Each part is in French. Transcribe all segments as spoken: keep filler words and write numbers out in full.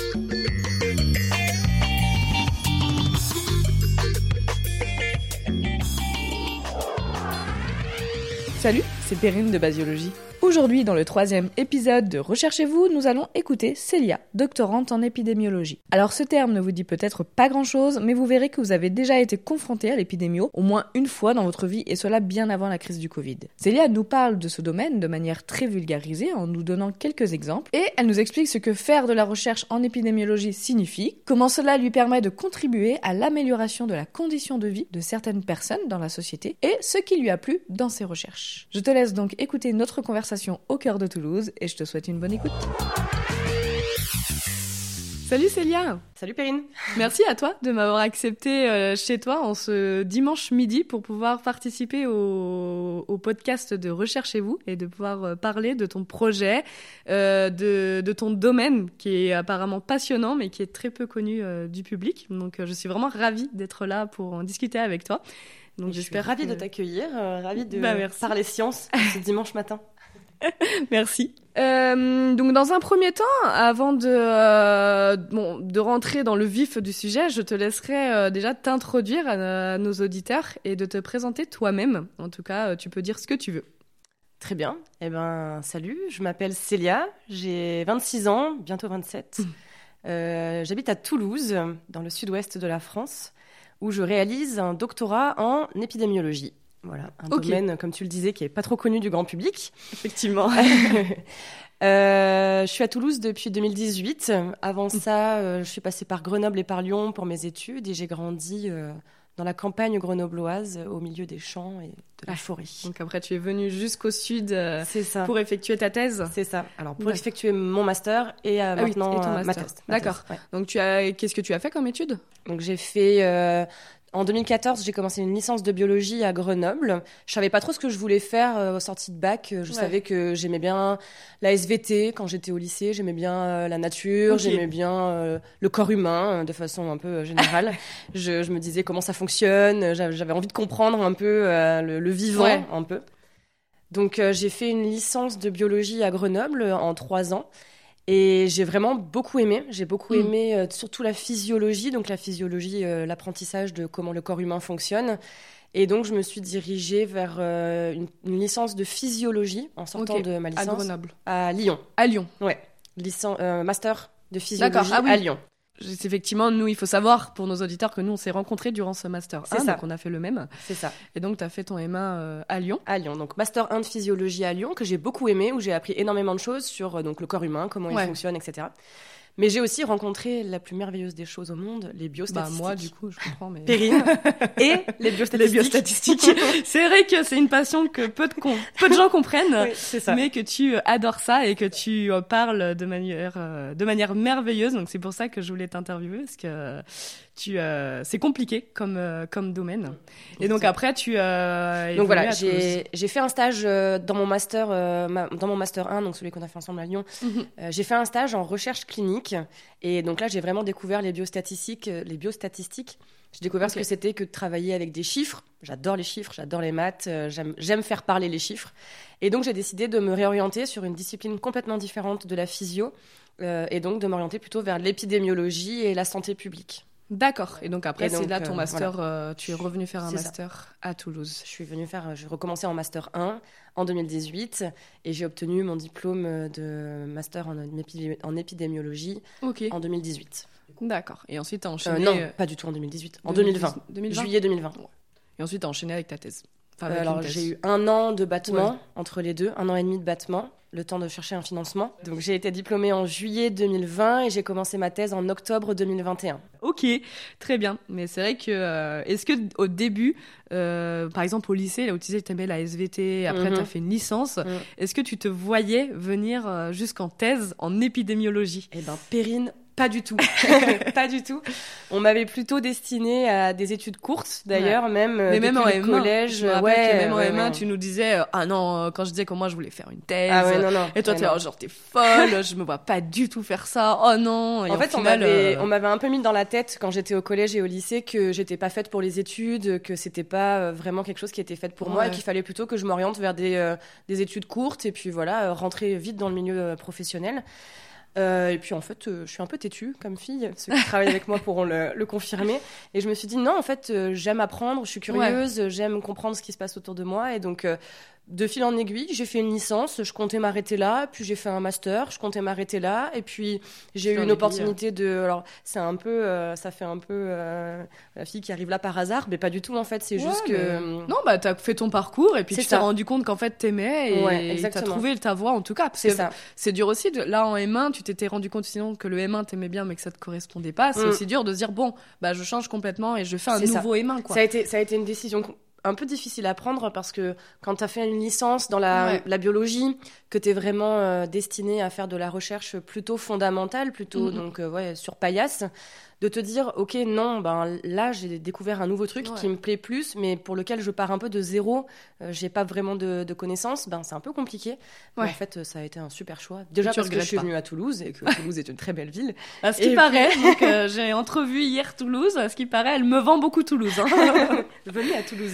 Salut, c'est Perrine de Basiologie. Aujourd'hui, dans le troisième épisode de Recherchez-vous, nous allons écouter Célia, doctorante en épidémiologie. Alors ce terme ne vous dit peut-être pas grand-chose, mais vous verrez que vous avez déjà été confronté à l'épidémio au moins une fois dans votre vie, et cela bien avant la crise du Covid. Célia nous parle de ce domaine de manière très vulgarisée, en nous donnant quelques exemples, et elle nous explique ce que faire de la recherche en épidémiologie signifie, comment cela lui permet de contribuer à l'amélioration de la condition de vie de certaines personnes dans la société, et ce qui lui a plu dans ses recherches. Je te laisse donc écouter notre conversation au cœur de Toulouse et je te souhaite une bonne écoute. Salut Célia. Salut Perrine. Merci à toi de m'avoir accepté euh, chez toi en ce dimanche midi pour pouvoir participer au, au podcast de Recherchez-vous et de pouvoir euh, parler de ton projet, euh, de, de ton domaine qui est apparemment passionnant mais qui est très peu connu euh, du public. Donc euh, je suis vraiment ravie d'être là pour en discuter avec toi. Donc, je j'espère suis ravie que... de t'accueillir, euh, ravie de bah, parler science ce dimanche matin. Merci. Euh, donc dans un premier temps, avant de, euh, bon, de rentrer dans le vif du sujet, je te laisserai euh, déjà t'introduire à, à nos auditeurs et de te présenter toi-même. En tout cas, tu peux dire ce que tu veux. Très bien. Eh ben, salut, je m'appelle Célia, j'ai vingt-six ans, bientôt vingt-sept. Mmh. Euh, j'habite à Toulouse, dans le sud-ouest de la France, où je réalise un doctorat en épidémiologie. Voilà, un okay. domaine, comme tu le disais, qui n'est pas trop connu du grand public. Effectivement. euh, je suis à Toulouse depuis deux mille dix-huit. Avant ça, euh, je suis passée par Grenoble et par Lyon pour mes études et j'ai grandi euh, dans la campagne grenobloise, au milieu des champs et de la ah, forêt. Donc après, tu es venue jusqu'au sud euh, C'est ça. pour effectuer ta thèse. C'est ça. Alors, pour D'accord. effectuer mon master et euh, ah maintenant oui, et ton euh, master. ma thèse. Ma D'accord. Thèse, ouais. Donc, tu as... qu'est-ce que tu as fait comme étude ? Donc, j'ai fait... Euh, En deux mille quatorze, j'ai commencé une licence de biologie à Grenoble. Je savais pas trop ce que je voulais faire euh, au sortie de bac. Je ouais. savais que j'aimais bien la S V T quand j'étais au lycée. J'aimais bien euh, la nature, okay. j'aimais bien euh, le corps humain euh, de façon un peu euh, générale. je, je me disais comment ça fonctionne. J'avais, j'avais envie de comprendre un peu euh, le, le vivant, ouais. un peu. Donc euh, j'ai fait une licence de biologie à Grenoble en trois ans. Et j'ai vraiment beaucoup aimé. J'ai beaucoup mmh. aimé euh, surtout la physiologie, donc la physiologie, euh, l'apprentissage de comment le corps humain fonctionne. Et donc, je me suis dirigée vers euh, une, une licence de physiologie en sortant okay. de ma licence. À Grenoble. À Lyon. À Lyon. Ouais. Licen- euh, master de physiologie D'accord. Ah, oui. à Lyon. Effectivement, nous, il faut savoir pour nos auditeurs que nous, on s'est rencontrés durant ce Master C'est un, ça. Donc on a fait le même. C'est ça. Et donc, tu as fait ton M A euh, à Lyon. À Lyon, donc Master un de physiologie à Lyon, que j'ai beaucoup aimé, où j'ai appris énormément de choses sur euh, donc, le corps humain, comment ouais. il fonctionne, et cetera. Mais j'ai aussi rencontré la plus merveilleuse des choses au monde, les biostatistiques. Bah moi, du coup, je comprends. Mais... Perrine et les biostatistiques. Les biostatistiques. C'est vrai que c'est une passion que peu de, com- peu de gens comprennent, oui, c'est ça. mais que tu adores ça et que tu parles de manière, euh, de manière merveilleuse. Donc c'est pour ça que je voulais t'interviewer, parce que tu, euh, c'est compliqué comme, euh, comme domaine. Et donc après, tu euh, donc voilà, j'ai, j'ai fait un stage euh, dans mon master, euh, ma, dans mon master un, donc celui qu'on a fait ensemble à Lyon. Mm-hmm. Euh, j'ai fait un stage en recherche clinique. Et donc là, j'ai vraiment découvert les biostatistiques. Les biostatistiques. J'ai découvert okay. ce que c'était que de travailler avec des chiffres. J'adore les chiffres, j'adore les maths, euh, j'aime, j'aime faire parler les chiffres. Et donc, j'ai décidé de me réorienter sur une discipline complètement différente de la physio. Euh, et donc, de m'orienter plutôt vers l'épidémiologie et la santé publique. D'accord. Et donc après, et donc, c'est là ton master, euh, voilà. euh, tu es revenu faire un c'est master ça. À Toulouse. Je suis venue faire, j'ai recommencé en master un en deux mille dix-huit et j'ai obtenu mon diplôme de master en, épidé- en épidémiologie okay. en deux mille dix-huit. D'accord. Et ensuite, tu as enchaîné... Euh, non, pas du tout en deux mille dix-huit, en deux mille vingt. deux mille vingt Juillet deux mille vingt. Et ensuite, tu as enchaîné avec ta thèse. Enfin, avec euh, alors, thèse. J'ai eu un an de battement ouais. entre les deux, un an et demi de battement. Le temps de chercher un financement. Donc, j'ai été diplômée en juillet deux mille vingt et j'ai commencé ma thèse en octobre deux mille vingt et un. Ok, très bien. Mais c'est vrai que... Euh, est-ce qu'au début, euh, par exemple au lycée, là où tu disais que tu aimais la S V T, après mm-hmm. tu as fait une licence, mm. est-ce que tu te voyais venir euh, jusqu'en thèse en épidémiologie ? Eh bien, Perrine... Pas du tout, pas du tout. On m'avait plutôt destiné à des études courtes, d'ailleurs, ouais. même mais même en le collège. Je ouais, même ouais, en M un, ouais. tu nous disais, euh, ah non, quand je disais que moi je voulais faire une thèse, ah ouais, non, non, et toi ouais, t'es non. genre t'es folle, je me vois pas du tout faire ça. Oh non. Et en fait, final, on m'avait, euh... on m'avait un peu mis dans la tête quand j'étais au collège et au lycée que j'étais pas faite pour les études, que c'était pas vraiment quelque chose qui était fait pour ouais. moi, et qu'il fallait plutôt que je m'oriente vers des euh, des études courtes et puis voilà, euh, rentrer vite dans le milieu euh, professionnel. Euh, et puis en fait, euh, je suis un peu têtue comme fille. Ceux qui travaillent avec moi pourront le, le confirmer. Et je me suis dit non, en fait, euh, j'aime apprendre, je suis curieuse, ouais. j'aime comprendre ce qui se passe autour de moi. Et donc, euh, de fil en aiguille, j'ai fait une licence. Je comptais m'arrêter là. Puis j'ai fait un master. Je comptais m'arrêter là. Et puis j'ai eu une opportunité de. Alors, c'est un peu, euh, ça fait un peu euh, la fille qui arrive là par hasard, mais pas du tout en fait. C'est ouais, juste que. Non, bah t'as fait ton parcours et puis c'est tu ça. t'es rendu compte qu'en fait t'aimais et ouais, t'as trouvé ta voie en tout cas. Parce c'est que ça. C'est dur aussi. De... Là en M un, tu t'étais rendu compte sinon que le M un t'aimais bien mais que ça te correspondait pas. C'est mm. aussi dur de se dire bon, bah je change complètement et je fais un c'est nouveau ça. M un quoi. Ça a été, ça a été une décision un peu difficile à prendre parce que quand tu as fait une licence dans la, ouais. la biologie, que tu es vraiment euh, destiné à faire de la recherche plutôt fondamentale, plutôt mm-hmm. donc euh, ouais, sur paillasse, de te dire ok non ben là j'ai découvert un nouveau truc ouais. qui me plaît plus mais pour lequel je pars un peu de zéro, euh, j'ai pas vraiment de, de connaissances, ben c'est un peu compliqué. Ouais. Mais en fait ça a été un super choix déjà parce que je suis venue à Toulouse et que Toulouse est une très belle ville. À ce qui et paraît puis... donc euh, j'ai entrevu hier Toulouse, à ce qui paraît elle me vend beaucoup Toulouse. Hein. Venue à Toulouse.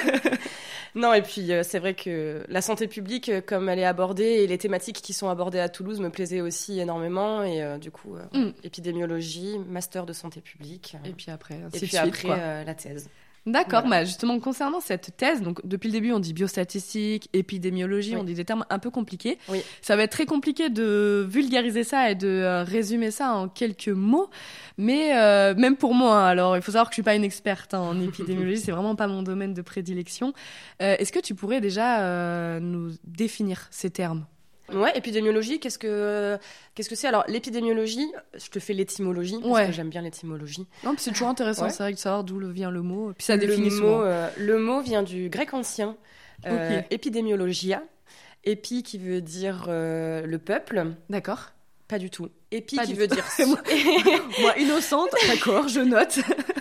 Non, et puis euh, c'est vrai que la santé publique, euh, comme elle est abordée, et les thématiques qui sont abordées à Toulouse me plaisaient aussi énormément. Et euh, du coup, euh, mm. épidémiologie, master de santé publique. Euh, et puis après, et puis suite, après euh, la thèse. D'accord, voilà. Bah justement concernant cette thèse, donc depuis le début on dit biostatistique, épidémiologie, oui. on dit des termes un peu compliqués. Oui. Ça va être très compliqué de vulgariser ça et de euh, résumer ça en quelques mots, mais euh, même pour moi, hein, alors il faut savoir que je suis pas une experte hein, en épidémiologie, c'est vraiment pas mon domaine de prédilection. Euh, est-ce que tu pourrais déjà euh, nous définir ces termes ? Ouais, épidémiologie, qu'est-ce que qu'est-ce que c'est ? Alors l'épidémiologie, je te fais l'étymologie parce ouais. que j'aime bien l'étymologie. Non, c'est toujours intéressant, ouais. c'est vrai de savoir d'où vient le mot. Puis ça définit le souvent. Mot, euh, le mot vient du grec ancien, euh, okay. épidémiologia, épi qui veut dire euh, le peuple. D'accord. Pas du tout. Épi Pas qui du veut tout. dire moi, moi innocente. D'accord, je note.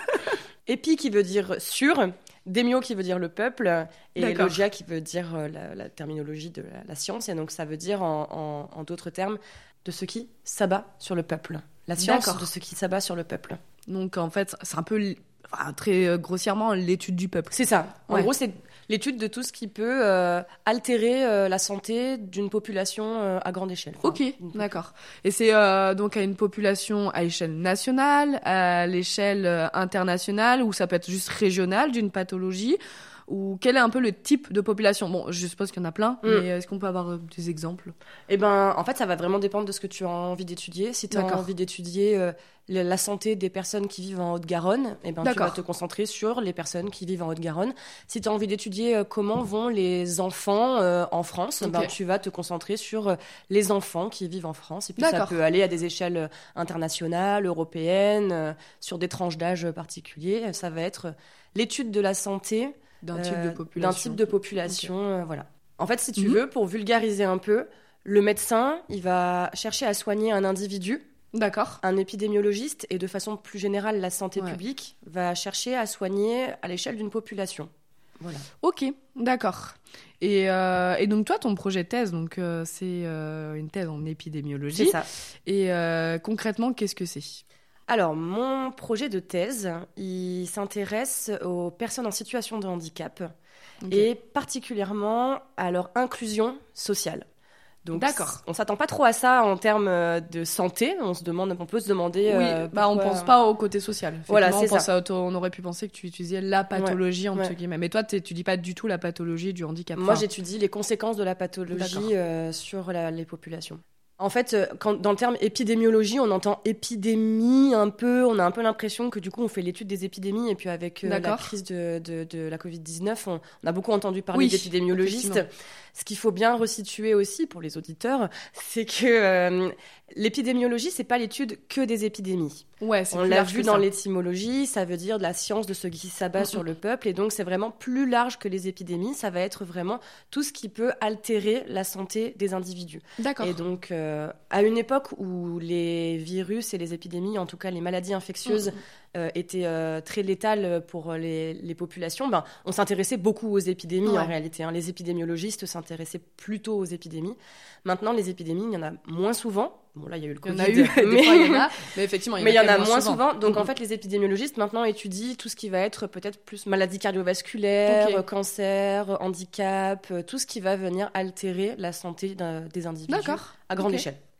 Épi qui veut dire sûr. Démio qui veut dire le peuple et D'accord. Logia qui veut dire euh, la, la terminologie de la, la science et donc ça veut dire en, en, en d'autres termes de ce qui s'abat sur le peuple. La science D'accord. de ce qui s'abat sur le peuple. Donc en fait c'est un peu enfin, très euh, grossièrement l'étude du peuple. C'est ça. En ouais. gros c'est l'étude de tout ce qui peut euh, altérer euh, la santé d'une population euh, à grande échelle. Enfin, ok, d'accord. Et c'est euh, donc à une population à échelle nationale, à l'échelle euh, internationale, ou ça peut être juste régionale d'une pathologie, ou quel est un peu le type de population ? Bon, je suppose qu'il y en a plein, mm. mais est-ce qu'on peut avoir des exemples ? Eh ben, en fait, ça va vraiment dépendre de ce que tu as envie d'étudier. Si tu as envie d'étudier euh, la santé des personnes qui vivent en Haute-Garonne, eh ben, tu vas te concentrer sur les personnes qui vivent en Haute-Garonne. Si tu as envie d'étudier euh, comment vont les enfants euh, en France, okay. ben, tu vas te concentrer sur euh, les enfants qui vivent en France. Et puis, D'accord. ça peut aller à des échelles internationales, européennes, euh, sur des tranches d'âge particuliers. Ça va être l'étude de la santé d'un type de population. D'un type de population, okay. euh, voilà. En fait, si tu mm-hmm. veux, pour vulgariser un peu, le médecin, il va chercher à soigner un individu. D'accord. Un épidémiologiste, et de façon plus générale, la santé ouais. publique, va chercher à soigner à l'échelle d'une population. Voilà. Ok, d'accord. Et, euh, et donc toi, ton projet de thèse, donc, euh, c'est euh, une thèse en épidémiologie. C'est ça. Et euh, concrètement, qu'est-ce que c'est ? Alors, mon projet de thèse, il s'intéresse aux personnes en situation de handicap okay. et particulièrement à leur inclusion sociale. Donc, D'accord. On s'attend pas trop à ça en termes de santé. On se demande, on peut se demander. Oui, euh, bah on pense pas au côté social. Voilà, c'est on ça. À, on aurait pu penser que tu utilisais la pathologie ouais, entre ouais. guillemets. Mais toi, tu dis pas du tout la pathologie du handicap. Moi, enfin... j'étudie les conséquences de la pathologie euh, sur la, les populations. En fait, quand, dans le terme épidémiologie, on entend épidémie un peu. On a un peu l'impression que du coup, on fait l'étude des épidémies. Et puis avec euh, la crise de, de, de la covid dix-neuf, on, on a beaucoup entendu parler oui, d'épidémiologistes. Ce qu'il faut bien resituer aussi pour les auditeurs, c'est que euh, l'épidémiologie, c'est pas l'étude que des épidémies. Ouais, c'est on l'a vu dans ça. L'étymologie, ça veut dire de la science de ce qui s'abat mmh. sur le peuple. Et donc, c'est vraiment plus large que les épidémies. Ça va être vraiment tout ce qui peut altérer la santé des individus. D'accord. Et donc, euh, à une époque où les virus et les épidémies, en tout cas les maladies infectieuses, mmh. Euh, étaient euh, très létales pour les, les populations, ben, on s'intéressait beaucoup aux épidémies ouais. en réalité. Hein. Les épidémiologistes s'intéressaient plutôt aux épidémies. Maintenant, les épidémies, il y en a moins souvent. Bon, là, il y a eu le Covid. Il y en a eu, mais des fois, il y en a. Mais effectivement, il y en a, mais il y en a moins souvent. souvent. Donc, mmh. en fait, les épidémiologistes, maintenant, étudient tout ce qui va être peut-être plus maladies cardiovasculaires, okay. cancer, handicap, tout ce qui va venir altérer la santé des individus D'accord. à grande okay. échelle.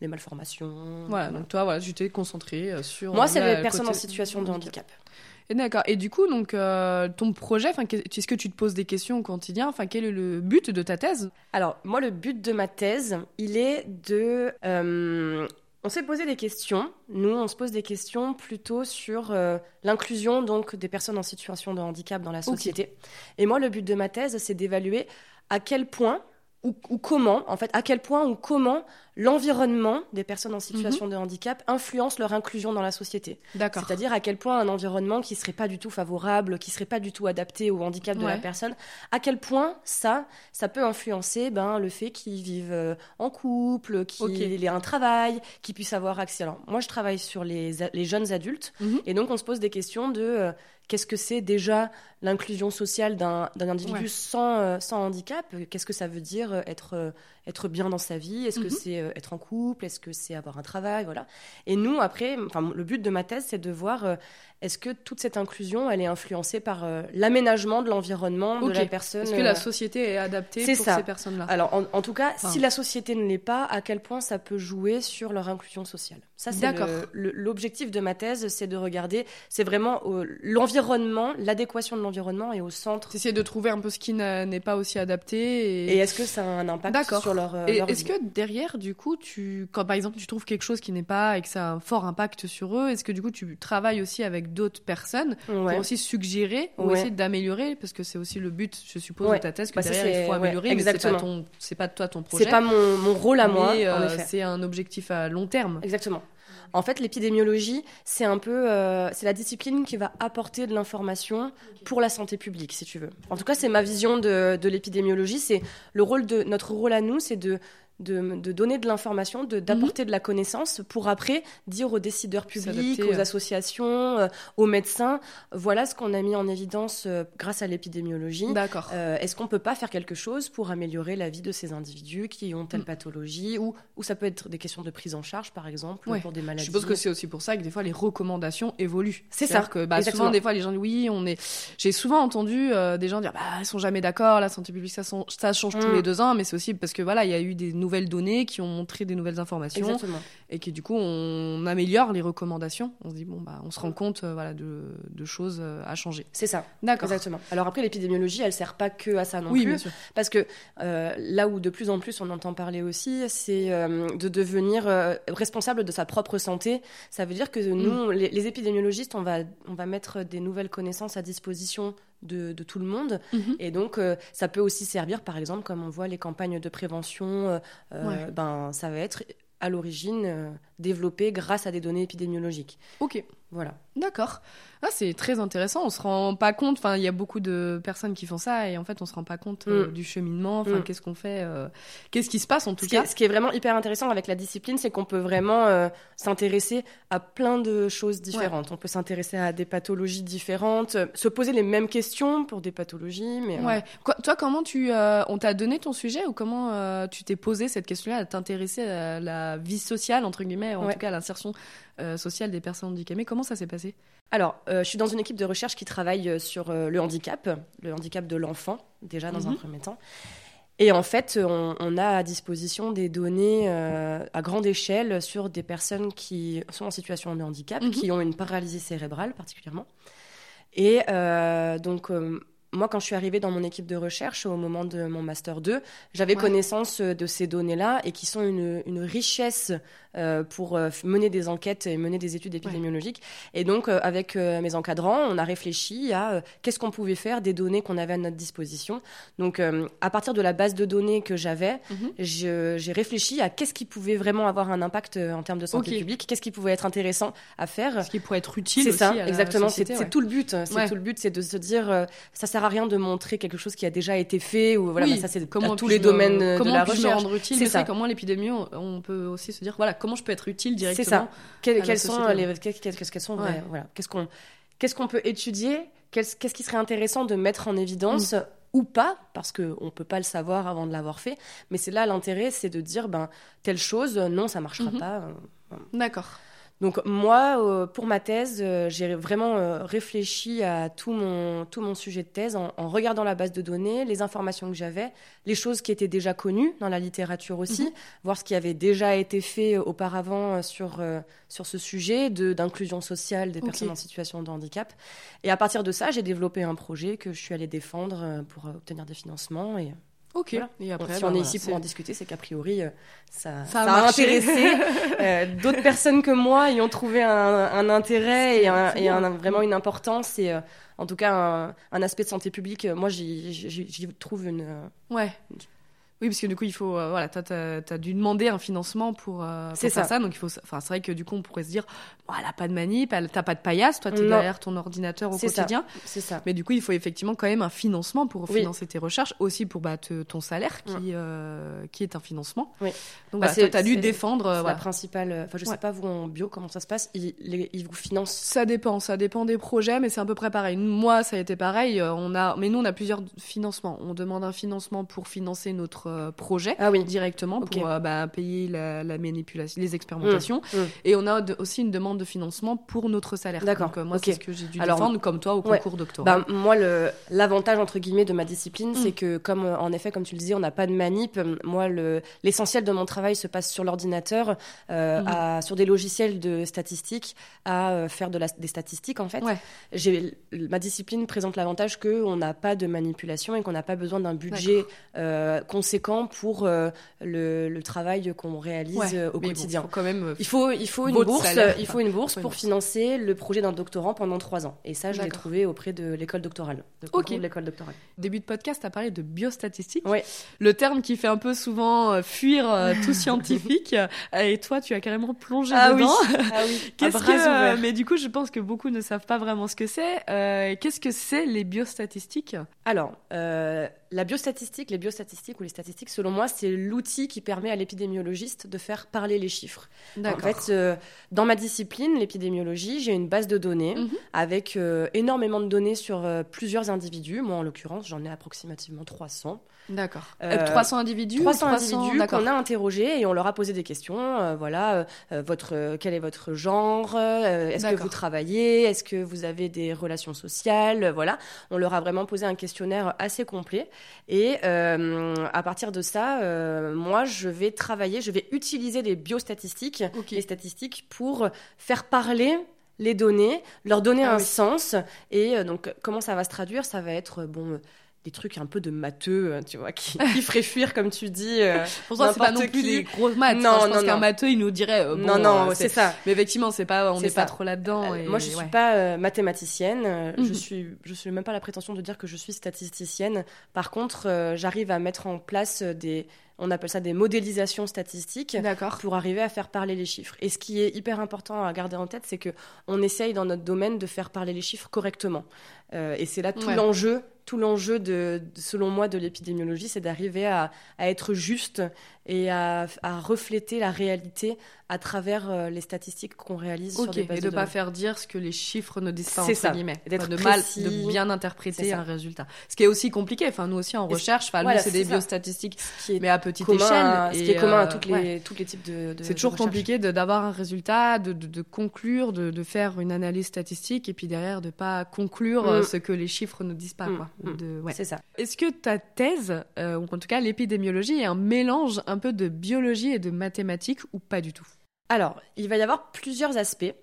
les malformations. Voilà, voilà. donc toi, voilà, tu t'es concentrée sur... Moi, c'est la, les personnes côté... en situation de handicap. Et d'accord. Et du coup, donc, euh, ton projet, est-ce que tu te poses des questions au quotidien? Enfin, quel est le but de ta thèse? Alors, moi, le but de ma thèse, il est de... Euh, on s'est posé des questions. Nous, on se pose des questions plutôt sur euh, l'inclusion donc, des personnes en situation de handicap dans la société. Okay. Et moi, le but de ma thèse, c'est d'évaluer à quel point... Ou, ou comment, en fait, à quel point ou comment l'environnement des personnes en situation mmh. de handicap influence leur inclusion dans la société. D'accord. C'est-à-dire à quel point un environnement qui serait pas du tout favorable, qui serait pas du tout adapté au handicap de ouais. la personne, à quel point ça, ça peut influencer ben, le fait qu'ils vivent en couple, qu'ils okay. aient un travail, qu'ils puissent avoir accès. Alors, moi, je travaille sur les, les jeunes adultes, mmh. et donc on se pose des questions de... Euh, Qu'est-ce que c'est déjà l'inclusion sociale d'un, d'un individu ouais. sans, euh, sans handicap? Qu'est-ce que ça veut dire être, euh, être bien dans sa vie? Est-ce mm-hmm. que c'est euh, être en couple? Est-ce que c'est avoir un travail? Voilà. Et nous, après, le but de ma thèse, c'est de voir euh, est-ce que toute cette inclusion, elle est influencée par euh, l'aménagement de l'environnement okay. de la personne? Est-ce que la société est adaptée c'est pour ça. ces personnes-là? Alors, en, en tout cas, enfin. si la société ne l'est pas, à quel point ça peut jouer sur leur inclusion sociale? Ça, c'est le, le, l'objectif de ma thèse, c'est de regarder, c'est vraiment euh, l'environnement, l'adéquation de l'environnement est au centre. C'est essayer de trouver un peu ce qui n'est pas aussi adapté. Et, et est-ce que ça a un impact D'accord. sur leur, euh, et leur est-ce vie? que derrière, du coup, tu, quand par exemple tu trouves quelque chose qui n'est pas et que ça a un fort impact sur eux, est-ce que du coup tu travailles aussi avec d'autres personnes ouais. pour aussi suggérer ou ouais. essayer d'améliorer, parce que c'est aussi le but, je suppose, ouais. de ta thèse, que bah, derrière ça, il faut améliorer, ouais, mais c'est pas ton, c'est pas toi ton projet. C'est pas mon, mon rôle à moi, mais, euh, en effet. C'est un objectif à long terme. Exactement. En fait, l'épidémiologie, c'est un peu, euh, c'est la discipline qui va apporter de l'information pour la santé publique, si tu veux. En tout cas, c'est ma vision de, de l'épidémiologie. C'est le rôle de notre rôle à nous, c'est de De, de donner de l'information, de, d'apporter mmh. de la connaissance pour après dire aux décideurs publics, aux associations, euh, aux médecins, voilà ce qu'on a mis en évidence euh, grâce à l'épidémiologie. D'accord. Euh, est-ce qu'on ne peut pas faire quelque chose pour améliorer la vie de ces individus qui ont telle mmh. pathologie ou, ou ça peut être des questions de prise en charge, par exemple, ouais. pour des maladies. Je suppose que c'est aussi pour ça que des fois les recommandations évoluent. C'est C'est-à-dire ça. que bah, souvent, des fois, les gens disent oui, on est. J'ai souvent entendu euh, des gens dire bah, ils sont jamais d'accord, la santé publique, ça, son... ça change mmh. tous les deux ans, mais c'est aussi parce que voilà, il y a eu des nouvelles données qui ont montré des nouvelles informations. Exactement. Et que du coup on améliore les recommandations. On se dit bon bah on se rend compte euh, voilà de, de choses euh, à changer. C'est ça. D'accord. Exactement. Alors après l'épidémiologie elle sert pas que à ça non oui, plus. Bien sûr. Parce que euh, là où de plus en plus on entend parler aussi, c'est euh, de devenir euh, responsable de sa propre santé. Ça veut dire que nous, mm. les, les épidémiologistes, on va on va mettre des nouvelles connaissances à disposition De, de tout le monde. Mm-hmm. Et donc, euh, ça peut aussi servir, par exemple, comme on voit les campagnes de prévention, euh, ouais. ben, ça va être à l'origine euh, développé grâce à des données épidémiologiques. Ok. Voilà. D'accord. Ah, c'est très intéressant. On se rend pas compte. Enfin, il y a beaucoup de personnes qui font ça et en fait, on se rend pas compte euh, mm. du cheminement. Enfin, mm. qu'est-ce qu'on fait euh, Qu'est-ce qui se passe en tout ce cas qui est, Ce qui est vraiment hyper intéressant avec la discipline, c'est qu'on peut vraiment euh, s'intéresser à plein de choses différentes. Ouais. On peut s'intéresser à des pathologies différentes, euh, se poser les mêmes questions pour des pathologies. Mais ouais. ouais. Quoi, toi, comment tu euh, on t'a donné ton sujet ou comment euh, tu t'es posé cette question-là, à t'intéresser à la vie sociale entre guillemets, en ouais. tout cas à l'insertion euh, sociale des personnes handicapées. Comment ça s'est passé? Alors, euh, je suis dans une équipe de recherche qui travaille sur euh, le handicap, le handicap de l'enfant, déjà dans mm-hmm. un premier temps. Et en fait, on, on a à disposition des données euh, à grande échelle sur des personnes qui sont en situation de handicap, mm-hmm. qui ont une paralysie cérébrale particulièrement. Et euh, donc... Euh, Moi, quand je suis arrivée dans mon équipe de recherche au moment de mon Master deux, j'avais ouais. connaissance de ces données-là et qui sont une, une richesse euh, pour euh, mener des enquêtes et mener des études épidémiologiques. Ouais. Et donc, euh, avec euh, mes encadrants, on a réfléchi à euh, qu'est-ce qu'on pouvait faire des données qu'on avait à notre disposition. Donc, euh, à partir de la base de données que j'avais, mm-hmm. je, j'ai réfléchi à qu'est-ce qui pouvait vraiment avoir un impact euh, en termes de santé okay. publique, qu'est-ce qui pouvait être intéressant à faire. Ce qui pourrait être utile c'est aussi ça, à la exactement. société, c'est, ouais. c'est tout le but. C'est ouais. tout le but, c'est de se dire, euh, ça sert à rien de montrer quelque chose qui a déjà été fait ou voilà, oui. bah, ça c'est comment à tous les domaines de comment la recherche. Comment rendre utile, c'est ça. Comment l'épidémie, on, on peut aussi se dire voilà, comment je peux être utile directement. C'est ça. Quelles, quelles sont société, les ouais. qu'est-ce qu'elles sont ouais. vraies, voilà, qu'est-ce qu'on qu'est-ce qu'on peut étudier, qu'est-ce, qu'est-ce qui serait intéressant de mettre en évidence mm. ou pas, parce que on peut pas le savoir avant de l'avoir fait, mais c'est là l'intérêt, c'est de dire ben telle chose non, ça marchera mm-hmm. pas. Euh, D'accord. Donc moi, euh, pour ma thèse, euh, j'ai vraiment euh, réfléchi à tout mon, tout mon sujet de thèse en, en regardant la base de données, les informations que j'avais, les choses qui étaient déjà connues dans la littérature aussi, mm-hmm. voir ce qui avait déjà été fait auparavant sur, euh, sur ce sujet de, d'inclusion sociale des okay. personnes en situation de handicap. Et à partir de ça, j'ai développé un projet que je suis allée défendre pour obtenir des financements et... Ok. Voilà. Et après, bon, si bah, on est voilà, ici c'est... pour en discuter, c'est qu'a priori, euh, ça, ça, a, ça a intéressé. euh, d'autres personnes que moi y ont trouvé un, un intérêt c'est, et, un, et un, vraiment une importance. Et euh, en tout cas, un, un aspect de santé publique, moi, j'y, j'y, j'y trouve une... Euh, ouais. Une... Oui, parce que du coup, il faut, euh, voilà, t'as, t'as, t'as dû demander un financement pour, euh, pour c'est faire ça. ça. Donc, il faut, enfin, c'est vrai que du coup, on pourrait se dire, bon, elle a pas de manip, elle, t'as pas de paillasse, toi, t'es non. derrière ton ordinateur au c'est quotidien. Ça. C'est ça. Mais du coup, il faut effectivement quand même un financement pour oui. financer tes recherches, aussi pour bah, te, ton salaire, qui, ouais. euh, qui est un financement. Oui. Donc, bah, bah, toi, t'as dû défendre. C'est euh, voilà. la principale. Enfin, je sais ouais. pas vous en bio comment ça se passe. Ils, les, ils vous financent. Ça dépend, ça dépend des projets, mais c'est à peu près pareil. Moi, ça a été pareil. On a, mais nous, on a plusieurs financements. On demande un financement pour financer notre euh, projet. Ah oui. Directement okay. pour euh, bah, payer la, la manipulation, les expérimentations. Mmh, mmh. Et on a de, aussi une demande de financement pour notre salaire. D'accord. Donc euh, moi, okay. c'est ce que j'ai dû Alors, défendre, comme toi, au ouais. concours doctoral. Bah, moi, le, l'avantage, entre guillemets, de ma discipline, mmh. c'est que, comme en effet, comme tu le disais, on n'a pas de manip. Moi, le, l'essentiel de mon travail se passe sur l'ordinateur, euh, mmh. à, sur des logiciels de statistiques, à euh, faire de la, des statistiques, en fait. Ouais. J'ai, ma discipline présente l'avantage qu'on n'a pas de manipulation et qu'on n'a pas besoin d'un budget euh, conséquent pour euh, le le travail qu'on réalise ouais, au quotidien. Bon, faut quand même il faut il faut une bourse, salaire, il faut une bourse pour financer le projet d'un doctorant pendant trois ans. Et ça, je D'accord. l'ai trouvé auprès de l'école doctorale. De ok. De l'école doctorale. Début de podcast, tu as parlé de biostatistique. Ouais. Le terme qui fait un peu souvent euh, fuir euh, tout scientifique. Et toi, tu as carrément plongé ah dedans. Oui. Ah oui. Qu'est-ce que euh, mais du coup, je pense que beaucoup ne savent pas vraiment ce que c'est. Euh, qu'est-ce que c'est les biostatistiques ? Alors. Euh... La biostatistique, les biostatistiques ou les statistiques, selon moi, c'est l'outil qui permet à l'épidémiologiste de faire parler les chiffres. D'accord. En fait, euh, dans ma discipline, l'épidémiologie, j'ai une base de données mm-hmm. avec euh, énormément de données sur euh, plusieurs individus. Moi, en l'occurrence, j'en ai approximativement trois cents. D'accord. Euh, trois cents individus trois cents individus D'accord. qu'on a interrogés et on leur a posé des questions. Euh, voilà, euh, votre, euh, quel est votre genre euh, Est-ce D'accord. que vous travaillez Est-ce que vous avez des relations sociales Voilà, on leur a vraiment posé un questionnaire assez complet. Et euh, à partir de ça, euh, moi, je vais travailler, je vais utiliser les biostatistiques, okay. les statistiques pour faire parler les données, leur donner ah, un oui. sens. Et euh, donc, comment ça va se traduire ? Ça va être, bon... des trucs un peu de matheux, tu vois, qui, qui ferait fuir, comme tu dis. Euh, Pour ça, c'est pas non plus qui. Des grosses maths. Non, enfin, je non, pense non. qu'un matheux, il nous dirait. Euh, bon, non, non, euh, c'est, c'est ça. Mais effectivement, c'est pas, on n'est pas trop là-dedans. Euh, et... Moi, je suis ouais. pas euh, mathématicienne. Euh, mmh. Je suis, je suis même pas la prétention de dire que je suis statisticienne. Par contre, euh, j'arrive à mettre en place des. On appelle ça des modélisations statistiques D'accord. pour arriver à faire parler les chiffres. Et ce qui est hyper important à garder en tête, c'est qu'on essaye dans notre domaine de faire parler les chiffres correctement. Euh, et c'est là tout ouais. l'enjeu, tout l'enjeu de, de, selon moi, de l'épidémiologie, c'est d'arriver à, à être juste et à, à refléter la réalité à travers euh, les statistiques qu'on réalise okay. sur des bases et de ne pas faire dire ce que les chiffres ne disent pas, c'est entre ça. guillemets. D'être de précis. mal, de bien interpréter un résultat. Ce qui est aussi compliqué. Enfin, nous aussi en et recherche, enfin, voilà, nous c'est, c'est des ça. biostatistiques, qui est mais à petite échelle. À, et ce qui est commun euh, à toutes les, ouais. tous les types de, de C'est toujours de compliqué de, d'avoir un résultat, de, de, de conclure, de, de faire une analyse statistique et puis derrière de pas conclure mm. ce que les chiffres ne disent pas. Mm. Quoi. Mm. De, ouais. C'est ça. Est-ce que ta thèse, euh, ou en tout cas l'épidémiologie, est un mélange un peu de biologie et de mathématiques ou pas du tout ? Alors, il va y avoir plusieurs aspects.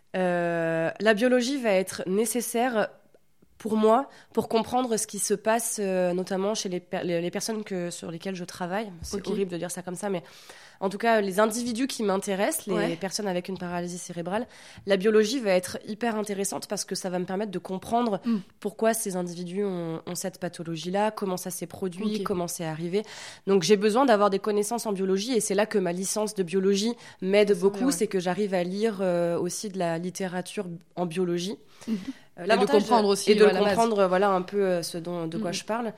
Euh, la biologie va être nécessaire pour moi, pour comprendre ce qui se passe, euh, notamment chez les, per- les, les personnes que, sur lesquelles je travaille. C'est okay. horrible de dire ça comme ça, mais en tout cas, les individus qui m'intéressent, les ouais. personnes avec une paralysie cérébrale, la biologie va être hyper intéressante parce que ça va me permettre de comprendre mm. pourquoi ces individus ont, ont cette pathologie-là, comment ça s'est produit, okay. comment c'est arrivé. Donc, j'ai besoin d'avoir des connaissances en biologie et c'est là que ma licence de biologie m'aide c'est beaucoup. Bien, ouais. C'est que j'arrive à lire euh, aussi de la littérature en biologie. Mm-hmm. Et de comprendre aussi et de voilà, comprendre voilà un peu ce dont de quoi mmh. je parle.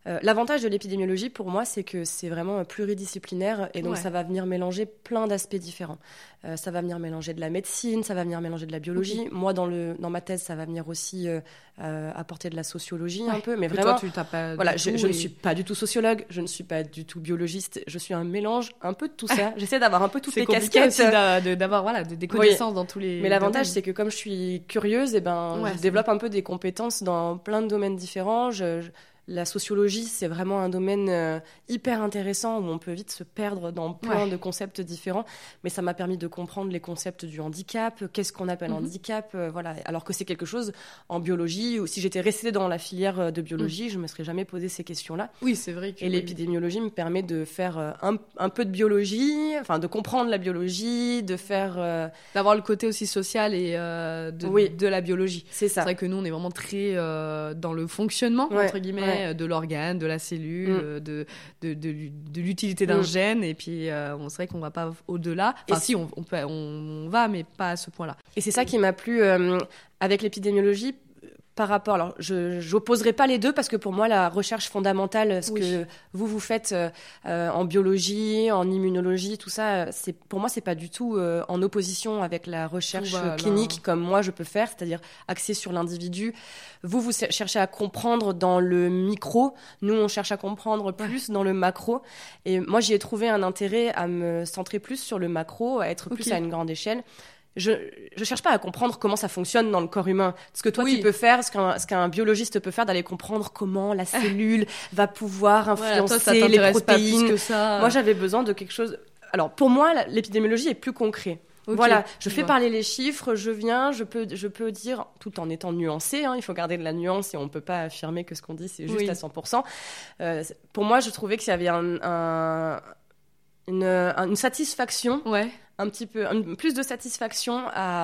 Euh, l'avantage de l'épidémiologie, pour moi, c'est que c'est vraiment pluridisciplinaire et donc Ouais. ça va venir mélanger plein d'aspects différents. Euh, ça va venir mélanger de la médecine, ça va venir mélanger de la biologie. Okay. Moi, dans, le, dans ma thèse, ça va venir aussi euh, euh, apporter de la sociologie Ouais. un peu, mais Que vraiment... toi, tu t'as pas Voilà, du je, tout je et... ne suis pas du tout sociologue, je ne suis pas du tout biologiste, je suis un mélange un peu de tout ça. J'essaie d'avoir un peu toutes c'est les compliqué casquettes. aussi d'a- de, d'avoir voilà, des connaissances oui. dans tous les Mais l'avantage, domaines. c'est que comme je suis curieuse, eh ben, Ouais, je développe un peu des compétences dans plein de domaines différents. Je, je, la sociologie, c'est vraiment un domaine euh, hyper intéressant où on peut vite se perdre dans plein ouais. de concepts différents. Mais ça m'a permis de comprendre les concepts du handicap, qu'est-ce qu'on appelle mm-hmm. handicap, euh, voilà. Alors que c'est quelque chose en biologie, ou si j'étais restée dans la filière de biologie, mm. je ne me serais jamais posé ces questions-là. Oui, c'est vrai. Que Et oui. l'épidémiologie me permet de faire un, un peu de biologie, enfin de comprendre la biologie, de faire... Euh... D'avoir le côté aussi social et euh, de, oui. de la biologie. C'est ça. C'est vrai que nous, on est vraiment très euh, dans le fonctionnement, ouais. entre guillemets, ouais. de l'organe, de la cellule, mm. de, de, de, de, de l'utilité d'un mm. gène. Et puis, euh, on serait qu'on ne va pas au-delà. Enfin, et si, on, on, peut, on va, mais pas à ce point-là. Et c'est ça qui m'a plu euh, avec l'épidémiologie. Par rapport, alors je n'opposerai pas les deux parce que pour moi la recherche fondamentale, ce oui. que vous vous faites euh, en biologie, en immunologie, tout ça, c'est pour moi c'est pas du tout euh, en opposition avec la recherche voilà. clinique comme moi je peux faire, c'est-à-dire axée sur l'individu. Vous vous cherchez à comprendre dans le micro, nous on cherche à comprendre plus ouais. dans le macro. Et moi j'y ai trouvé un intérêt à me centrer plus sur le macro, à être okay. plus à une grande échelle. Je je cherche pas à comprendre comment ça fonctionne dans le corps humain. Ce que toi oui. tu peux faire, ce qu'un ce qu'un biologiste peut faire, d'aller comprendre comment la cellule va pouvoir influencer voilà, toi, les protéines. Pas plus que ça. Moi, j'avais besoin de quelque chose. Alors pour moi, l'épidémiologie est plus concret. Okay, voilà, je fais vois. parler les chiffres, je viens, je peux, je peux dire, tout en étant nuancé, hein, il faut garder de la nuance et on ne peut pas affirmer que ce qu'on dit, c'est juste oui. à cent pour cent. Euh, pour moi, je trouvais qu'il y avait un, un, une, une satisfaction. Ouais. un petit peu un, plus de satisfaction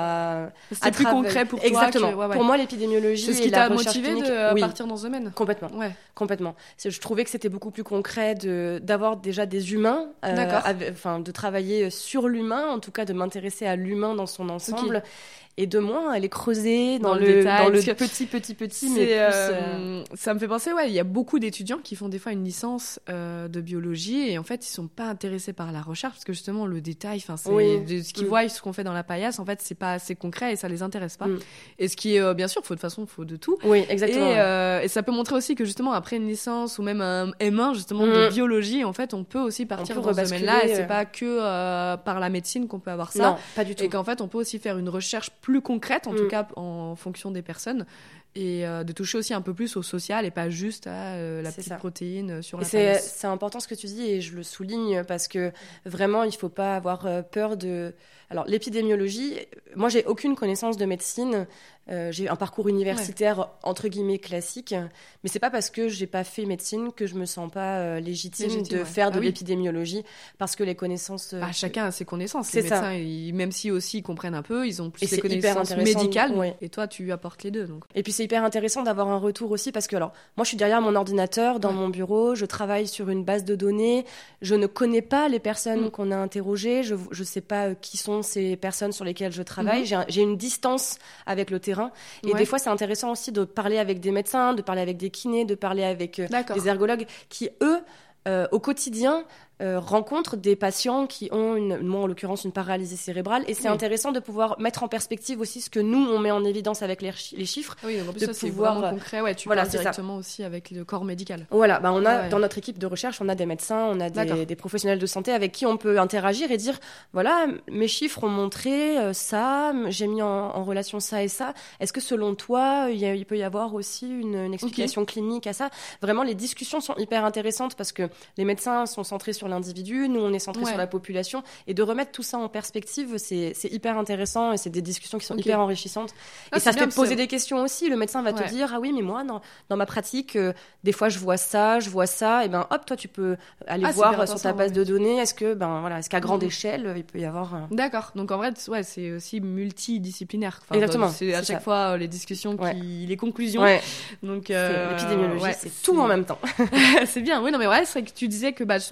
à c'est à plus travailler. concret pour exactement toi que, ouais, ouais. pour moi l'épidémiologie c'est ce qui et t'a la motivé clinique, de oui. partir dans ce domaine complètement ouais. complètement c'est, je trouvais que c'était beaucoup plus concret de d'avoir déjà des humains euh, avec, enfin de travailler sur l'humain, en tout cas de m'intéresser à l'humain dans son ensemble okay. et de moins aller creuser dans, dans le, le détail, dans le petit petit petit mais plus, euh, euh... ça me fait penser ouais il y a beaucoup d'étudiants qui font des fois une licence euh, de biologie et en fait ils sont pas intéressés par la recherche parce que justement le détail enfin c'est oui. de, ce qu'ils mm. voient ce qu'on fait dans la paillasse en fait c'est pas assez concret et ça les intéresse pas mm. et ce qui est euh, bien sûr faut de toute façon faut de tout oui exactement et, euh, et ça peut montrer aussi que justement après une licence ou même un M un justement mm. de biologie en fait on peut aussi partir peut dans ce domaine-là et c'est pas que euh, par la médecine qu'on peut avoir ça non pas du tout et qu'en fait on peut aussi faire une recherche plus concrète en mm. tout cas en fonction des personnes et euh, de toucher aussi un peu plus au social et pas juste à euh, la c'est petite ça. protéine sur et la c'est, c'est important ce que tu dis et je le souligne parce que vraiment il faut pas avoir peur de... Alors l'épidémiologie, moi j'ai aucune connaissance de médecine, euh, j'ai un parcours universitaire ouais. entre guillemets classique, mais c'est pas parce que j'ai pas fait médecine que je me sens pas euh, légitime, légitime de ouais. faire de ah, l'épidémiologie oui. parce que les connaissances... Euh... Bah, chacun a ses connaissances, c'est les ça. médecins, ils, même si aussi ils comprennent un peu, ils ont plus et les connaissances médicales ouais. et toi tu apportes les deux. Donc. Et puis c'est hyper intéressant d'avoir un retour aussi parce que alors moi je suis derrière mon ordinateur dans ouais. mon bureau, je travaille sur une base de données, je ne connais pas les personnes mmh. qu'on a interrogées, je je sais pas qui sont ces personnes sur lesquelles je travaille, mmh. j'ai, un, j'ai une distance avec le terrain et ouais. des fois c'est intéressant aussi de parler avec des médecins, de parler avec des kinés, de parler avec euh, des ergologues qui eux euh, au quotidien Euh, rencontre des patients qui ont, une, moi en l'occurrence, une paralysie cérébrale. Et c'est oui. intéressant de pouvoir mettre en perspective aussi ce que nous, on met en évidence avec les, les chiffres. Oui, donc en plus, de ça, c'est pouvoir... vraiment concret. Ouais, tu voilà, parles directement ça. Aussi avec le corps médical. Voilà, bah on a, ouais. dans notre équipe de recherche, on a des médecins, on a des, des professionnels de santé avec qui on peut interagir et dire, voilà, mes chiffres ont montré euh, ça, j'ai mis en, en relation ça et ça. Est-ce que selon toi, il, y a, il peut y avoir aussi une, une explication okay. clinique à ça? Vraiment, les discussions sont hyper intéressantes parce que les médecins sont centrés sur l'individu, nous, on est centré ouais. sur la population et de remettre tout ça en perspective c'est, c'est hyper intéressant et c'est des discussions qui sont okay. hyper enrichissantes ah, et ça te fait poser des questions aussi, le médecin va ouais. te dire ah oui mais moi dans, dans ma pratique euh, des fois je vois ça, je vois ça et ben hop toi tu peux aller ah, voir sur ta base ouais. de données est-ce que ben voilà est-ce qu'à grande mmh. échelle il peut y avoir un... D'accord, donc en vrai ouais, c'est aussi multidisciplinaire enfin, exactement c'est à c'est chaque ça. fois les discussions qui... ouais. les conclusions ouais. donc euh... l'épidémiologie ouais, c'est, c'est tout en même temps c'est bien oui non mais ouais c'est vrai que tu disais que bah, justement t'es pas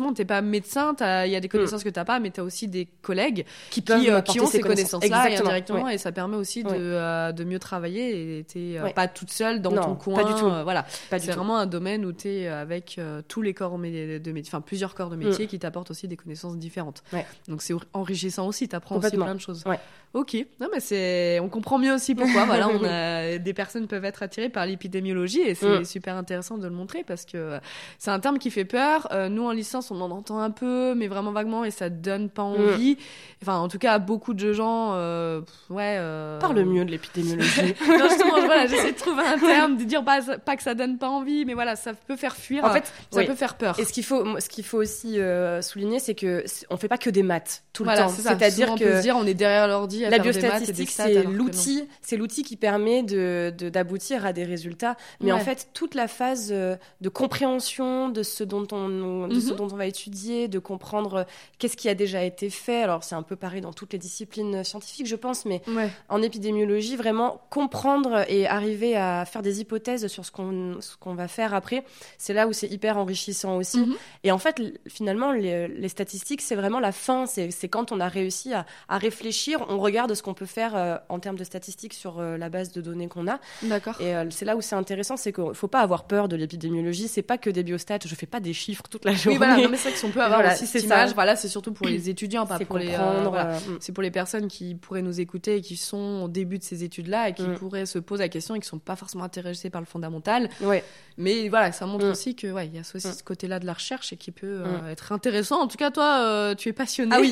médecin, il y a des connaissances mmh. que t'as pas, mais t'as aussi des collègues qui peuvent qui, euh, qui ont ces connaissances-là Exactement. directement, ouais. et ça permet aussi de, ouais. euh, de mieux travailler. Et t'es euh, ouais. pas toute seule dans non, ton coin. Pas du tout. Euh, voilà. Pas du c'est tout. vraiment un domaine où t'es avec euh, tous les corps de métier, enfin plusieurs corps de métier mmh. qui t'apportent aussi des connaissances différentes. Ouais. Donc c'est enrichissant aussi. T'apprends aussi plein de choses. Ouais. Ok. Non mais c'est, on comprend mieux aussi pourquoi. Voilà, on a des personnes peuvent être attirées par l'épidémiologie et c'est mmh. super intéressant de le montrer parce que c'est un terme qui fait peur. Euh, nous en licence, on en entend un peu, mais vraiment vaguement, et ça donne pas envie. Mmh. Enfin, en tout cas, beaucoup de gens, euh, ouais. Euh... Parle mieux de l'épidémiologie. Non, justement, voilà, j'essaie de trouver un terme, de dire pas, pas que ça donne pas envie, mais voilà, ça peut faire fuir. En fait, ça oui. peut faire peur. Et ce qu'il faut, ce qu'il faut aussi euh, souligner, c'est que on fait pas que des maths tout le voilà, temps. C'est ça. C'est-à-dire Souvent, que on peut se dire, on est derrière l'ordi à la faire des maths et des biostatistique, stats, c'est l'outil, c'est l'outil qui permet de, de d'aboutir à des résultats. Mais ouais. en fait, toute la phase de compréhension de ce dont on, de mm-hmm. ce dont on va étudier, de comprendre qu'est-ce qui a déjà été fait. Alors c'est un peu pareil dans toutes les disciplines scientifiques, je pense, mais ouais. en épidémiologie, vraiment comprendre et arriver à faire des hypothèses sur ce qu'on, ce qu'on va faire après, c'est là où c'est hyper enrichissant aussi. Mm-hmm. Et en fait, finalement, les, les statistiques, c'est vraiment la fin. C'est, c'est quand on a réussi à, à réfléchir, on regarde ce qu'on peut faire euh, en termes de statistiques sur euh, la base de données qu'on a. D'accord. Et euh, c'est là où c'est intéressant, c'est qu'il ne faut pas avoir peur de l'épidémiologie. C'est pas que des biostats. Je fais pas des chiffres toute la journée. Oui, voilà. Non, mais c'est vrai qu'on peut avoir voilà, aussi cette image. Voilà, c'est surtout pour les étudiants, pas c'est pour les. Euh, voilà. euh, c'est pour les personnes qui pourraient nous écouter et qui sont au début de ces études-là et qui mm. pourraient se poser la question et qui sont pas forcément intéressées par le fondamental. Ouais. Mais voilà, ça montre mm. aussi que ouais, il y a aussi mm. ce côté-là de la recherche et qui peut euh, mm. être intéressant. En tout cas, toi, euh, tu es passionné. Ah oui.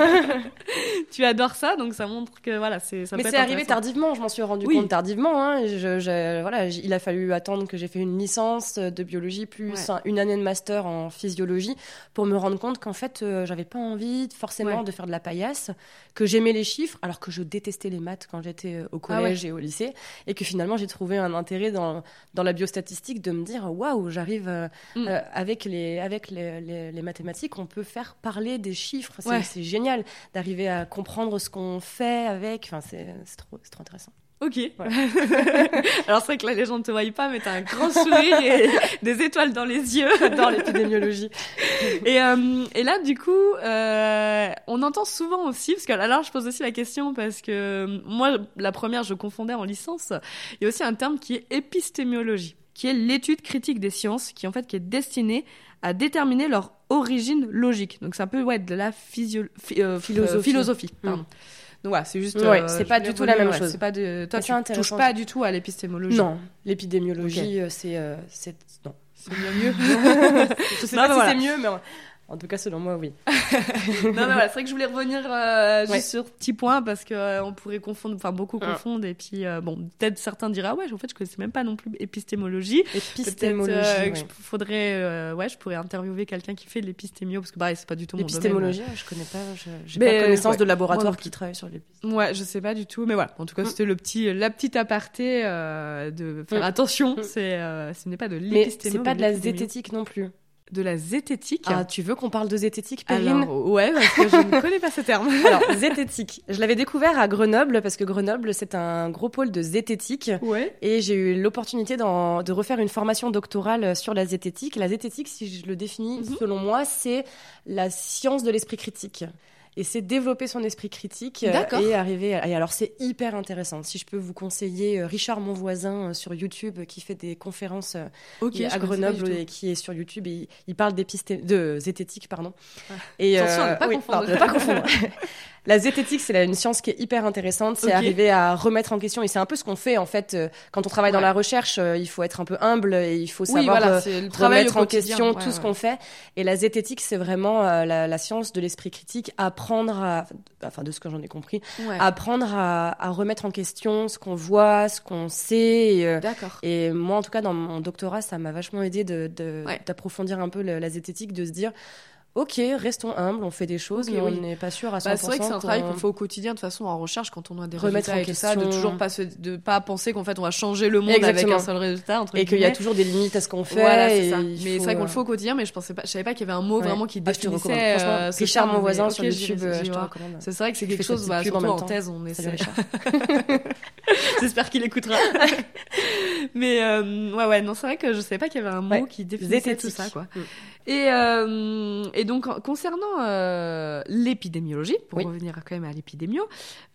Tu adores ça, donc ça montre que voilà, c'est. Ça mais peut c'est être arrivé tardivement. Je m'en suis rendu oui. compte tardivement. Hein. Je, je, voilà, il a fallu attendre que j'ai fait une licence de biologie plus ouais. un, une année de master en physiologie pour me rendre compte qu'en fait, euh, j'avais pas envie forcément ouais. de faire de la paillasse, que j'aimais les chiffres, alors que je détestais les maths quand j'étais au collège ah ouais. et au lycée, et que finalement j'ai trouvé un intérêt dans dans la biostatistique de me dire waouh, j'arrive euh, mm. euh, avec les avec les, les, les mathématiques, on peut faire parler des chiffres. C'est, ouais. c'est génial d'arriver à comprendre ce qu'on fait avec. Enfin, c'est c'est trop c'est trop intéressant. Ok. Voilà. Alors c'est vrai que là les gens ne te voient pas, mais t'as un grand sourire et des étoiles dans les yeux. J'adore l'épidémiologie. et, euh, et là du coup, euh, on entend souvent aussi, parce que alors je pose aussi la question parce que moi la première je confondais en licence. Il y a aussi un terme qui est épistémologie, qui est l'étude critique des sciences, qui en fait qui est destinée à déterminer leur origine logique. Donc c'est un peu ouais de la physio... euh, philosophie. philosophie pardon. Mm. Donc voilà, c'est juste. Ouais, euh, c'est pas du tout la même ouais, chose. C'est pas de. Toi, tu touches pas du tout à l'épistémologie. Non, l'épidémiologie, okay. c'est, euh, c'est non. C'est mieux mieux. Je sais non, pas si voilà. c'est mieux, mais en tout cas selon moi, oui. Non, mais voilà, c'est vrai que je voulais revenir euh, juste ouais. sur petit point parce que euh, on pourrait confondre, enfin beaucoup confondent et puis euh, bon, peut-être certains diraient ah ouais, en fait, je connaissais même pas non plus épistémologie. Épistémologie. Euh, ouais. Faudrait, euh, ouais, je pourrais interviewer quelqu'un qui fait de l'épistémio parce que pareil, c'est pas du tout mon domaine. L'épistémologie, je connais pas, je, j'ai mais, pas connaissance ouais. de laboratoire qui travaille sur l'épistémologie. Ouais, je sais pas du tout, mais voilà. En tout cas, mm. c'était le petit, la petite aparté euh, de faire mm. attention. Mm. C'est, euh, ce n'est pas de l'épistémio. Mais c'est pas de la zététique non plus. De la zététique. Ah, tu veux qu'on parle de zététique, Perrine ? Alors, ouais, parce que je ne connais pas ce terme. Alors, zététique. Je l'avais découvert à Grenoble, parce que Grenoble, c'est un gros pôle de zététique. Ouais. Et j'ai eu l'opportunité d'en, de refaire une formation doctorale sur la zététique. La zététique, si je le définis, mm-hmm. selon moi, c'est la science de l'esprit critique. Et c'est développer son esprit critique D'accord. et arriver à... Et alors, c'est hyper intéressant. Si je peux vous conseiller Richard Monvoisin sur YouTube, qui fait des conférences okay, à Grenoble et qui est sur YouTube, et il, il parle d'épisté... de zététique, pardon. Ah. Et Attention, euh... ne pas oui, confondre. Non, ne pas confondre. La zététique, c'est une science qui est hyper intéressante. C'est okay. arriver à remettre en question. Et c'est un peu ce qu'on fait, en fait, quand on travaille ouais. dans la recherche. Il faut être un peu humble et il faut savoir oui, voilà, c'est le travail remettre en question ouais, tout ouais. ce qu'on fait. Et la zététique, c'est vraiment euh, la, la science de l'esprit critique. Apprendre à, enfin, de ce que j'en ai compris, ouais. apprendre à, à remettre en question ce qu'on voit, ce qu'on sait. Et, euh, D'accord. Et moi, en tout cas, dans mon doctorat, ça m'a vachement aidé de, de, ouais. d'approfondir un peu le, la zététique, de se dire... Ok, restons humbles, on fait des choses, okay, mais oui. on n'est pas sûr à cent pour cent. Bah, c'est vrai que c'est un travail on... qu'on fait au quotidien, de toute façon, en recherche, quand on a des remettre résultats en et question... tout ça, de toujours pas, se, de pas penser qu'en fait, on va changer le monde Exactement. avec un seul résultat, entre et qu'il y a toujours des limites à ce qu'on fait. Voilà, c'est ça. Mais faut... c'est vrai qu'on le fait au quotidien, mais je pensais pas, je savais pas qu'il y avait un mot ouais. vraiment qui ah, définissait. Euh, Richard Monvoisin okay, sur YouTube, je, je te recommande. C'est vrai que c'est quelque chose, bah, surtout en thèse, on essaie. J'espère qu'il écoutera. Mais euh, ouais, ouais, non, c'est vrai que je savais pas qu'il y avait un mot ouais. qui définissait tout ça, quoi. Mm. Et, euh, et donc, concernant euh, l'épidémiologie, pour oui. revenir quand même à l'épidémio,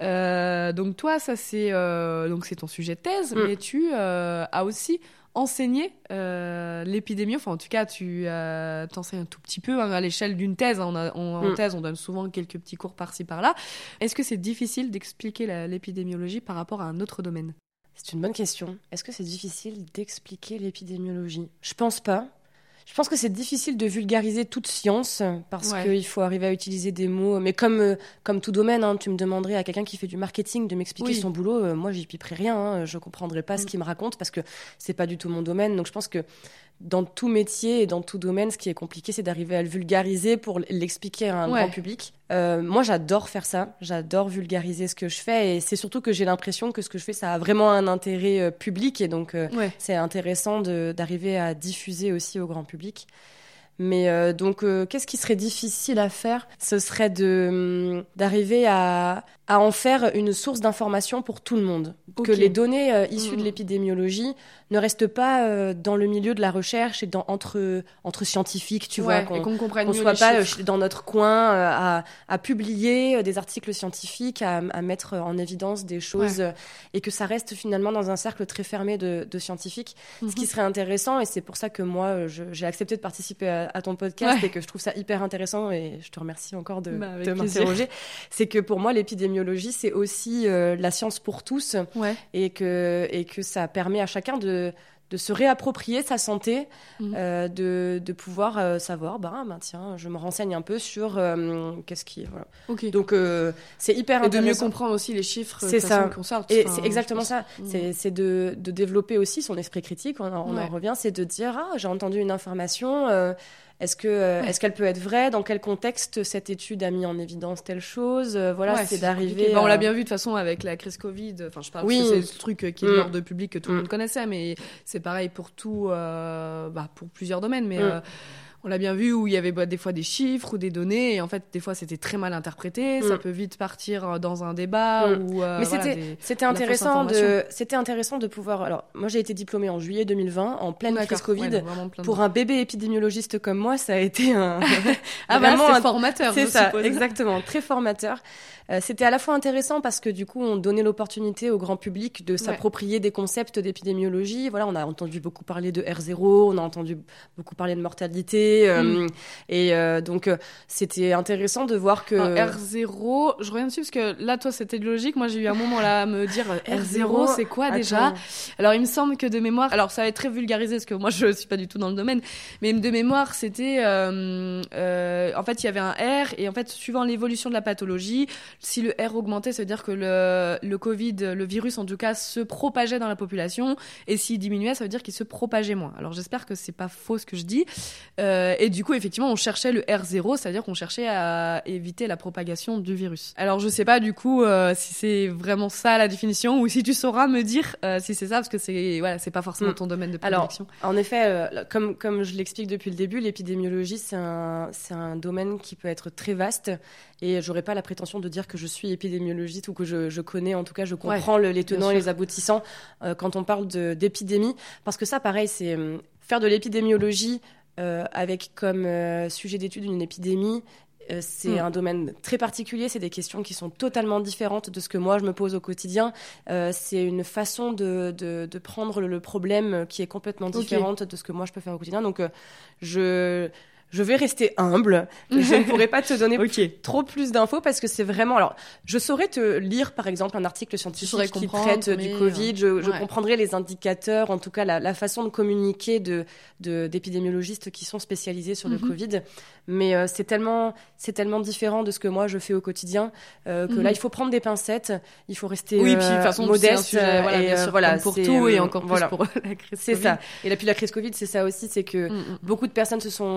euh, donc toi, ça c'est, euh, donc c'est ton sujet de thèse, mm. mais tu euh, as aussi enseigné euh, l'épidémio, enfin en tout cas tu euh, t'enseignes un tout petit peu hein, à l'échelle d'une thèse, on a, on, en mm. thèse on donne souvent quelques petits cours par-ci par-là. Est-ce que c'est difficile d'expliquer la, l'épidémiologie par rapport à un autre domaine ? C'est une bonne question. Est-ce que c'est difficile d'expliquer l'épidémiologie ? Je pense pas. Je pense que c'est difficile de vulgariser toute science parce ouais. qu'il faut arriver à utiliser des mots. Mais comme, euh, comme tout domaine, hein, tu me demanderais à quelqu'un qui fait du marketing de m'expliquer oui. son boulot. Euh, moi, j'y piperais rien. Hein, je ne comprendrais pas mmh. ce qu'il me raconte parce que ce n'est pas du tout mon domaine. Donc, je pense que dans tout métier et dans tout domaine, ce qui est compliqué, c'est d'arriver à le vulgariser pour l'expliquer à un ouais. grand public. Euh, moi, j'adore faire ça. J'adore vulgariser ce que je fais. Et c'est surtout que j'ai l'impression que ce que je fais, ça a vraiment un intérêt euh, public. Et donc, euh, ouais. c'est intéressant de, d'arriver à diffuser aussi au grand public. Mais euh, donc, euh, qu'est-ce qui serait difficile à faire ? Ce serait de, d'arriver à, à en faire une source d'information pour tout le monde. Okay. Que les données euh, issues mmh. de l'épidémiologie ne restent pas euh, dans le milieu de la recherche et dans, entre, entre scientifiques, tu ouais, vois, qu'on et qu'on comprenne qu'on mieux soit pas chiffres. dans notre coin euh, à, à publier des articles scientifiques, à, à mettre en évidence des choses ouais. euh, et que ça reste finalement dans un cercle très fermé de, de scientifiques. Mmh. Ce qui serait intéressant, et c'est pour ça que moi, je, j'ai accepté de participer à, à ton podcast ouais. et que je trouve ça hyper intéressant, et je te remercie encore de, bah, de m'interroger, c'est que pour moi, l'épidémiologie, c'est aussi euh, la science pour tous ouais. et, que, et que ça permet à chacun de, de se réapproprier sa santé, mmh. euh, de, de pouvoir euh, savoir, bah, bah, tiens, je me renseigne un peu sur euh, qu'est-ce qui... Voilà. Okay. Donc, euh, c'est hyper et intéressant. Et de mieux comprendre aussi les chiffres c'est ça. qu'on sort. Et enfin, c'est exactement ça. Mmh. C'est, c'est de, de développer aussi son esprit critique, on, on ouais. en revient, c'est de dire, ah, j'ai entendu une information... Euh, Est-ce, que, euh, ouais. est-ce qu'elle peut être vraie ? Dans quel contexte cette étude a mis en évidence telle chose ? euh, Voilà, ouais, c'est, c'est d'arriver... À... Bah, on l'a bien vu de toute façon avec la crise Covid. Enfin, je parle oui. parce que c'est ce truc qui est de l'ordre public que tout le mm. monde connaissait, mais c'est pareil pour tout, euh, bah, pour plusieurs domaines. Mais... Mm. Euh, on l'a bien vu où il y avait bah, des fois des chiffres ou des données et en fait des fois c'était très mal interprété, mm. ça peut vite partir dans un débat mm. ou euh, mais voilà, c'était des, c'était intéressant de c'était intéressant de pouvoir alors moi j'ai été diplômée en juillet deux mille vingt en pleine D'accord. crise Covid ouais, pour un bébé épidémiologiste comme moi ça a été un ah bah c'est un... formateur c'est je ça suppose. Exactement très formateur. Euh, c'était à la fois intéressant parce que du coup on donnait l'opportunité au grand public de s'approprier ouais. des concepts d'épidémiologie. Voilà, on a entendu beaucoup parler de R zéro, on a entendu beaucoup parler de mortalité euh, mm. et euh, donc euh, c'était intéressant de voir que alors, R zéro, je reviens dessus parce que là toi c'était logique, moi j'ai eu un moment là à me dire R zéro c'est quoi déjà Attends. Alors il me semble que de mémoire, alors ça va être très vulgarisé parce que moi je suis pas du tout dans le domaine, mais de mémoire c'était euh, euh, en fait il y avait un R et en fait suivant l'évolution de la pathologie, si le R augmentait, ça veut dire que le, le Covid, le virus en tout cas, se propageait dans la population. Et s'il diminuait, ça veut dire qu'il se propageait moins. Alors j'espère que c'est pas faux ce que je dis. Euh, et du coup, effectivement, on cherchait le R zéro, c'est-à-dire qu'on cherchait à éviter la propagation du virus. Alors je sais pas du coup euh, si c'est vraiment ça la définition ou si tu sauras me dire euh, si c'est ça, parce que c'est, voilà, c'est pas forcément mmh. ton domaine de prédilection. Alors, en effet, euh, comme, comme je l'explique depuis le début, l'épidémiologie, c'est un, c'est un domaine qui peut être très vaste. Et j'aurais pas la prétention de dire que je suis épidémiologiste ou que je, je connais, en tout cas, je comprends ouais, le, les tenants et les aboutissants euh, quand on parle de, d'épidémie. Parce que ça, pareil, c'est euh, faire de l'épidémiologie euh, avec comme euh, sujet d'étude une épidémie. Euh, c'est mmh. un domaine très particulier, c'est des questions qui sont totalement différentes de ce que moi je me pose au quotidien. Euh, c'est une façon de, de, de prendre le problème qui est complètement différente okay. de ce que moi je peux faire au quotidien. Donc, euh, je... Je vais rester humble. Je ne pourrais pas te donner okay. trop plus d'infos parce que c'est vraiment... Alors, je saurais te lire, par exemple, un article scientifique qui traite du Covid. Je, je ouais. comprendrais les indicateurs, en tout cas la, la façon de communiquer de, de, d'épidémiologistes qui sont spécialisés sur mm-hmm. le Covid. Mais euh, c'est tellement, c'est tellement différent de ce que moi je fais au quotidien euh, que mm-hmm. là, il faut prendre des pincettes. Il faut rester oui, euh, puis, de toute façon, modeste. C'est un sujet, voilà, et, bien sûr, euh, voilà, comme pour c'est, tout et euh, encore plus voilà. pour la crise c'est Covid. C'est ça. Et là, puis la crise Covid, c'est ça aussi, c'est que mm-hmm. beaucoup de personnes se sont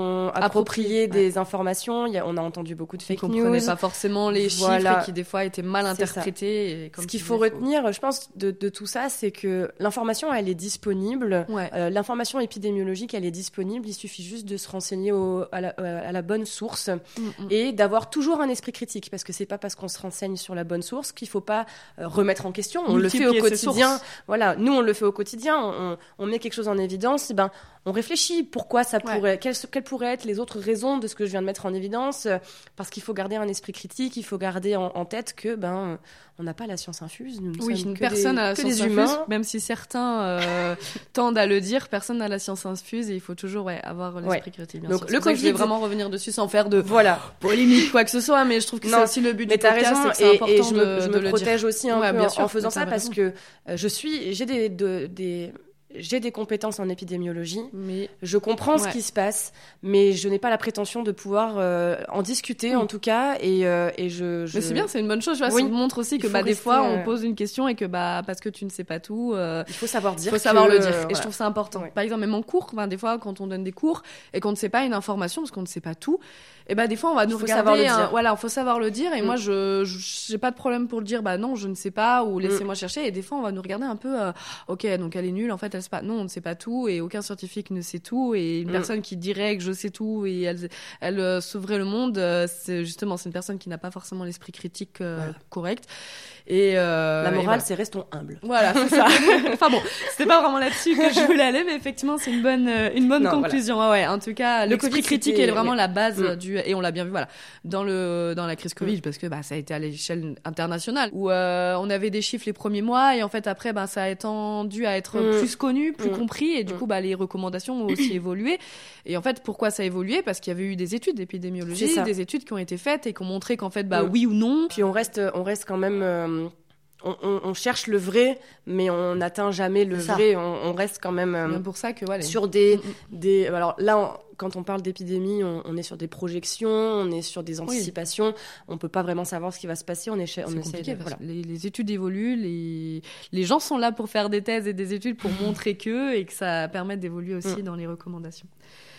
approprier des ouais. informations. Il y a, on a entendu beaucoup de fake news. Ils comprenaient pas forcément les voilà. chiffres et qui des fois étaient mal interprétés. Et comme Ce qu'il faut disais, retenir, faut... je pense, de, de tout ça, c'est que l'information, elle est disponible. Ouais. Euh, l'information épidémiologique, elle est disponible. Il suffit juste de se renseigner au, à, la, à la bonne source mm-hmm. et d'avoir toujours un esprit critique, parce que c'est pas parce qu'on se renseigne sur la bonne source qu'il faut pas euh, remettre en question. On le fait au quotidien. Voilà, nous on le fait au quotidien. On, on met quelque chose en évidence. Et ben, on réfléchit. Pourquoi ça pourrait, ouais. quelles, quelles pourraient être les autres raisons de ce que je viens de mettre en évidence? Parce qu'il faut garder un esprit critique. Il faut garder en, en tête que ben, on n'a pas la science infuse. Nous ne oui, sommes une que personne des, à la que science des infuse, humains. Même si certains euh, tendent à le dire, personne n'a la science infuse et il faut toujours ouais, avoir l'esprit ouais. critique. Bien Donc sûr. le COVID, je vais vraiment revenir dessus sans faire de voilà. polémique quoi que ce soit, mais je trouve que non, c'est aussi le but du podcast, raison, c'est que c'est et, important et je de, me, je de me le protège dire. aussi un ouais, peu bien en, sûr, en faisant ça parce raison. que euh, je suis, j'ai des, de, des j'ai des compétences en épidémiologie, mais je comprends ouais. ce qui se passe, mais je n'ai pas la prétention de pouvoir euh, en discuter oui. en tout cas, et, euh, et je, je... Mais c'est bien, c'est une bonne chose, tu vois, oui. ça montre aussi que bah, des fois on pose une question et que bah, parce que tu ne sais pas tout, euh, il faut savoir dire. Il faut savoir que, le dire, euh, et voilà. je trouve ça important. Ouais. Par exemple, même en cours, ben, des fois quand on donne des cours et qu'on ne sait pas une information, parce qu'on ne sait pas tout, et ben des fois on va nous faut regarder, savoir le un... dire. voilà, il faut savoir le dire, et mm. moi je j'ai pas de problème pour le dire, bah non, je ne sais pas, ou laissez-moi mm. chercher, et des fois on va nous regarder un peu, euh, ok, donc elle est nulle, en fait elle sait pas, non, on ne sait pas tout, et aucun scientifique ne sait tout, et une mm. personne qui dirait que je sais tout et elle, elle euh, sauverait le monde, euh, c'est justement c'est une personne qui n'a pas forcément l'esprit critique euh, voilà. correct. Et euh, la morale, voilà. c'est restons humbles. Voilà, c'est ça. Enfin bon, c'était pas vraiment là-dessus que je voulais aller, mais effectivement, c'est une bonne, une bonne non, conclusion. Voilà. Ouais, ouais. En tout cas, le l'esprit critique est vraiment la base mm. du, et on l'a bien vu, voilà, dans le, dans la crise Covid, mm. parce que bah ça a été à l'échelle internationale où euh, on avait des chiffres les premiers mois et en fait après, bah ça a tendu à être mm. plus connu, plus mm. compris, et du mm. coup, bah les recommandations ont aussi évolué. Et en fait, pourquoi ça a évolué? Parce qu'il y avait eu des études d'épidémiologie, des études qui ont été faites et qui ont montré qu'en fait, bah mm. oui ou non. Puis on reste, on reste quand même. Euh... On, on, on cherche le vrai, mais on n'atteint jamais le c'est vrai. On, on reste quand même euh, pour ça que, voilà. sur des, des... Alors là, on, quand on parle d'épidémie, on, on est sur des projections, on est sur des anticipations. Oui. On ne peut pas vraiment savoir ce qui va se passer. On, éche... on c'est essaie de... voilà. les, les études évoluent, les... les gens sont là pour faire des thèses et des études pour montrer qu'eux, et que ça permet d'évoluer aussi mm. dans les recommandations.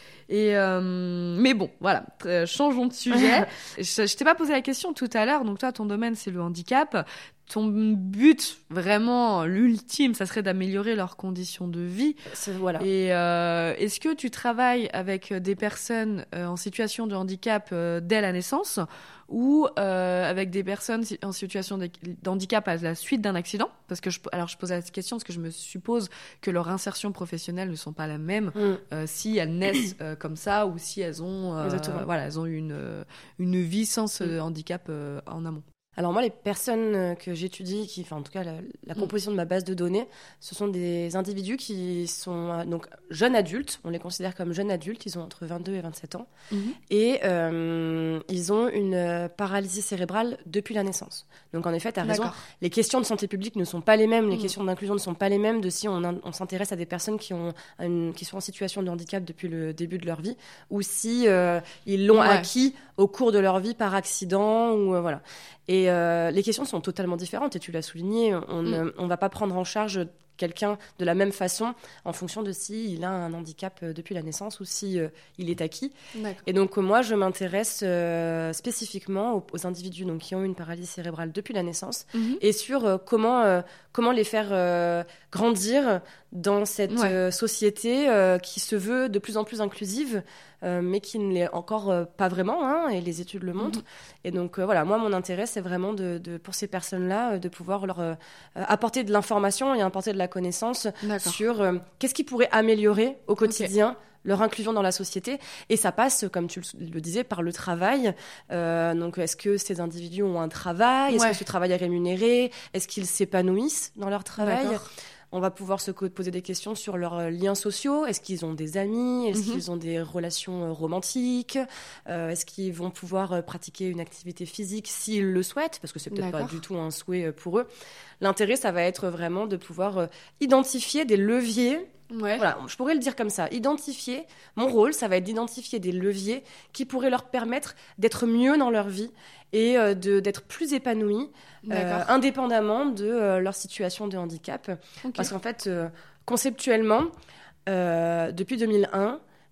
Et euh, mais bon, voilà, euh, changeons de sujet. je, je t'ai pas posé la question tout à l'heure, donc toi, ton domaine, c'est le handicap. Ton but, vraiment, l'ultime, ça serait d'améliorer leurs conditions de vie. C'est, voilà. Et euh, est-ce que tu travailles avec des personnes euh, en situation de handicap euh, dès la naissance, ou euh, avec des personnes en situation de, d'handicap à la suite d'un accident? Parce que je, alors je pose la question parce que je me suppose que leurs insertions professionnelles ne sont pas la même mm. euh, si elles naissent euh, comme ça, ou si elles ont, euh, voilà, elles ont une une vie sans ce mm. handicap euh, en amont. Alors moi, les personnes que j'étudie, qui, enfin en tout cas la, la composition de ma base de données, ce sont des individus qui sont donc jeunes adultes. On les considère comme jeunes adultes. Ils ont entre vingt-deux et vingt-sept ans, mmh. et euh, ils ont une paralysie cérébrale depuis la naissance. Donc en effet, tu as raison. Les questions de santé publique ne sont pas les mêmes. Les mmh. questions d'inclusion ne sont pas les mêmes de si on, on s'intéresse à des personnes qui ont une, qui sont en situation de handicap depuis le début de leur vie, ou si euh, ils l'ont ouais. acquis au cours de leur vie par accident, ou euh, voilà. Et euh, les questions sont totalement différentes, et tu l'as souligné, on ne mm. on va pas prendre en charge quelqu'un de la même façon en fonction de s'il a un handicap depuis la naissance ou si euh, il est acquis. D'accord. Et donc moi, je m'intéresse euh, spécifiquement aux, aux individus donc, qui ont une paralysie cérébrale depuis la naissance, mm-hmm. et sur euh, comment, euh, comment les faire euh, grandir dans cette ouais. euh, société euh, qui se veut de plus en plus inclusive, euh, mais qui ne l'est encore euh, pas vraiment, hein, et les études le montrent. Mm-hmm. Et donc euh, voilà, moi, mon intérêt, c'est vraiment de, de, pour ces personnes-là, euh, de pouvoir leur euh, apporter de l'information et apporter de la connaissance D'accord. sur euh, qu'est-ce qui pourrait améliorer au quotidien okay. leur inclusion dans la société. Et ça passe, comme tu le disais, par le travail. Euh, donc, est-ce que ces individus ont un travail ? Est-ce ouais. que ce travail est rémunéré ? Est-ce qu'ils s'épanouissent dans leur travail ? D'accord. On va pouvoir se poser des questions sur leurs liens sociaux. Est-ce qu'ils ont des amis ? Est-ce mm-hmm. qu'ils ont des relations romantiques ? euh, Est-ce qu'ils vont pouvoir pratiquer une activité physique s'ils le souhaitent ? Parce que c'est peut-être D'accord. pas du tout un souhait pour eux. L'intérêt, ça va être vraiment de pouvoir identifier des leviers. Ouais. Voilà, je pourrais le dire comme ça. Identifier, mon rôle, ça va être d'identifier des leviers qui pourraient leur permettre d'être mieux dans leur vie et euh, de, d'être plus épanouis, euh, indépendamment de euh, leur situation de handicap. Okay. Parce qu'en fait, euh, conceptuellement, euh, depuis deux mille un,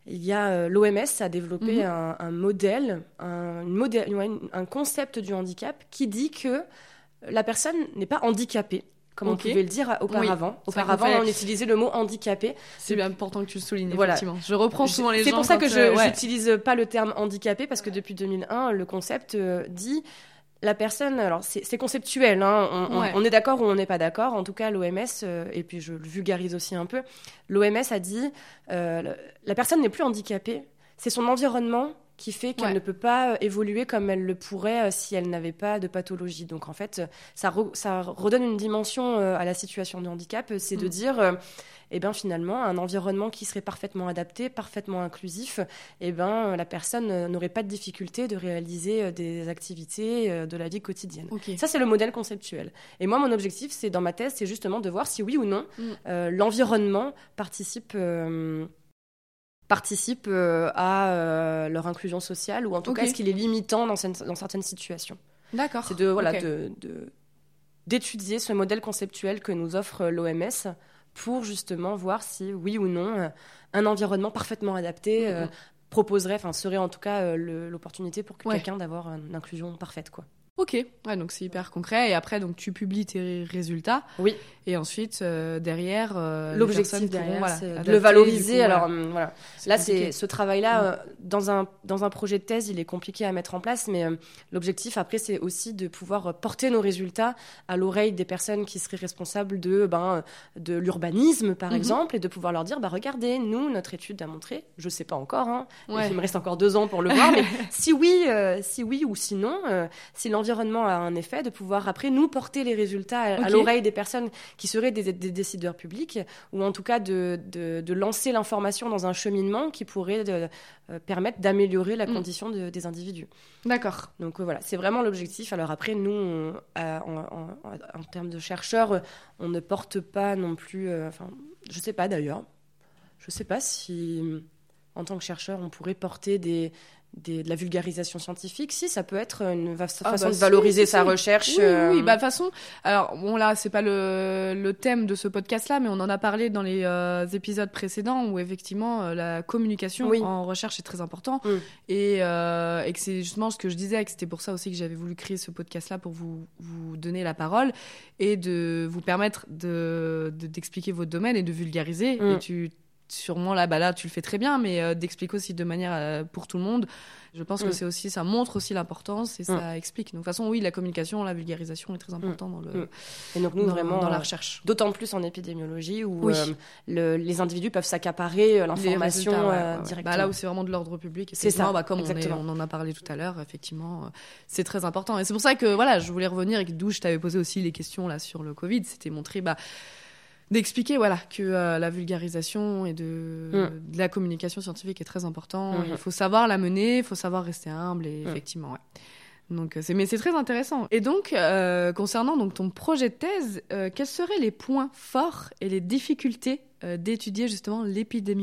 il y a euh, l'O M S a développé Mhm. un, un modèle, un, une modèle ouais, une- un concept du handicap qui dit que la personne n'est pas handicapée, comme Ok. on pouvait le dire auparavant. C'est vrai Auparavant, qu'on fait- on utilisait le mot handicapé. C'est bien important que tu le soulignes, Voilà. effectivement. Je reprends souvent les gens. C'est pour ça que quand, je euh, ouais. n'utilise pas le terme handicapé, parce que depuis deux mille un, le concept euh, dit la personne. Alors, c'est c'est conceptuel, hein, on, on- Ouais. on est d'accord ou on n'est pas d'accord. En tout cas, l'O M S, euh, et puis je le vulgarise aussi un peu, l'O M S a dit euh, la- la personne n'est plus handicapée, c'est son environnement qui fait qu'elle Ouais. ne peut pas euh, évoluer comme elle le pourrait euh, si elle n'avait pas de pathologie. Donc en fait, euh, ça, re- ça redonne une dimension euh, à la situation de handicap, euh, c'est de Mm. dire, euh, eh ben finalement, un environnement qui serait parfaitement adapté, parfaitement inclusif, eh ben euh, la personne euh, n'aurait pas de difficulté de réaliser euh, des activités euh, de la vie quotidienne. Ok. Ça, c'est le modèle conceptuel. Et moi, mon objectif, c'est dans ma thèse, c'est justement de voir si oui ou non, Mm. euh, l'environnement participe... euh, participent euh, à euh, leur inclusion sociale, ou en tout Ok. cas, est-ce qu'il est limitant dans, cette- dans certaines situations. D'accord. C'est de, voilà, Ok. de, de- d'étudier ce modèle conceptuel que nous offre l'O M S pour justement voir si, oui ou non, euh, un environnement parfaitement adapté euh, Mhm. proposerait, enfin serait en tout cas euh, le- l'opportunité pour que Ouais. quelqu'un d'avoir une inclusion parfaite, quoi. Ok, ouais, donc c'est hyper concret. Et après, donc tu publies tes résultats. Oui. Et ensuite, euh, derrière, euh, les L'objectif personnes pourront, derrière, voilà, c'est de adapter, le valoriser. du coup, Alors, voilà. hum, voilà. C'est Là, compliqué. c'est ce travail-là, Mm. euh, dans un dans un projet de thèse, il est compliqué à mettre en place, mais euh, l'objectif après, c'est aussi de pouvoir euh, porter nos résultats à l'oreille des personnes qui seraient responsables de ben de l'urbanisme, par Mhm. exemple, et de pouvoir leur dire, bah regardez, nous, notre étude a montré, je sais pas encore, hein, Ouais. il me reste encore deux ans pour le voir, mais si oui, euh, si oui ou sinon, euh, si l'environnement a un effet, de pouvoir après nous porter les résultats à, à Ok. l'oreille des personnes qui seraient des, des décideurs publics, ou en tout cas de, de, de lancer l'information dans un cheminement qui pourrait de, euh, permettre d'améliorer la Mm. condition de- des individus. D'accord. Donc euh, voilà, c'est vraiment l'objectif. Alors après, nous, on- à- en, en- en termes de chercheurs, euh, on ne porte pas non plus... euh, Enfin, je sais pas d'ailleurs. Je sais pas si, en tant que chercheur, on pourrait porter des... Des, de la vulgarisation scientifique, si ça peut être une va- Ah façon bah de si, valoriser si, sa si. recherche. Oui, euh, oui, bah de toute façon, alors bon là, c'est pas le, le thème de ce podcast-là, mais on en a parlé dans les euh, épisodes précédents où effectivement euh, la communication Oui. en recherche est très important Mm. et, euh, et que c'est justement ce que je disais, et que c'était pour ça aussi que j'avais voulu créer ce podcast-là pour vous, vous donner la parole et de vous permettre de, de- d'expliquer votre domaine et de vulgariser. Mm. Et tu sûrement là, bah là, tu le fais très bien, mais euh, d'expliquer aussi de manière euh, pour tout le monde. Je pense que Mm. c'est aussi, ça montre aussi l'importance et ça explique. Donc de toute façon, oui, la communication, la vulgarisation est très important dans le Mm. Et donc nous, dans, vraiment, dans la euh, recherche. d'autant plus en épidémiologie où Oui. euh, le- les individus peuvent s'accaparer euh, Les l'information résultats, ouais, euh, ouais, ouais. directement. Bah, là où c'est vraiment de l'ordre public, C'est ça, effectivement, bah, comme on, est- exactement. on en a parlé tout à l'heure, effectivement, euh, c'est très important. Et c'est pour ça que voilà, je voulais revenir et que d'où je t'avais posé aussi les questions là sur le Covid, c'était montrer bah, d'expliquer voilà que euh, la vulgarisation et de, Mm. de la communication scientifique est très important. Mhm. Il faut savoir la mener, il faut savoir rester humble et Mm. effectivement, ouais. Donc, euh, c'est, mais c'est très intéressant. Et donc, euh, concernant donc ton projet de thèse, euh, quels seraient les points forts et les difficultés euh, d'étudier justement l'épidémiologie ?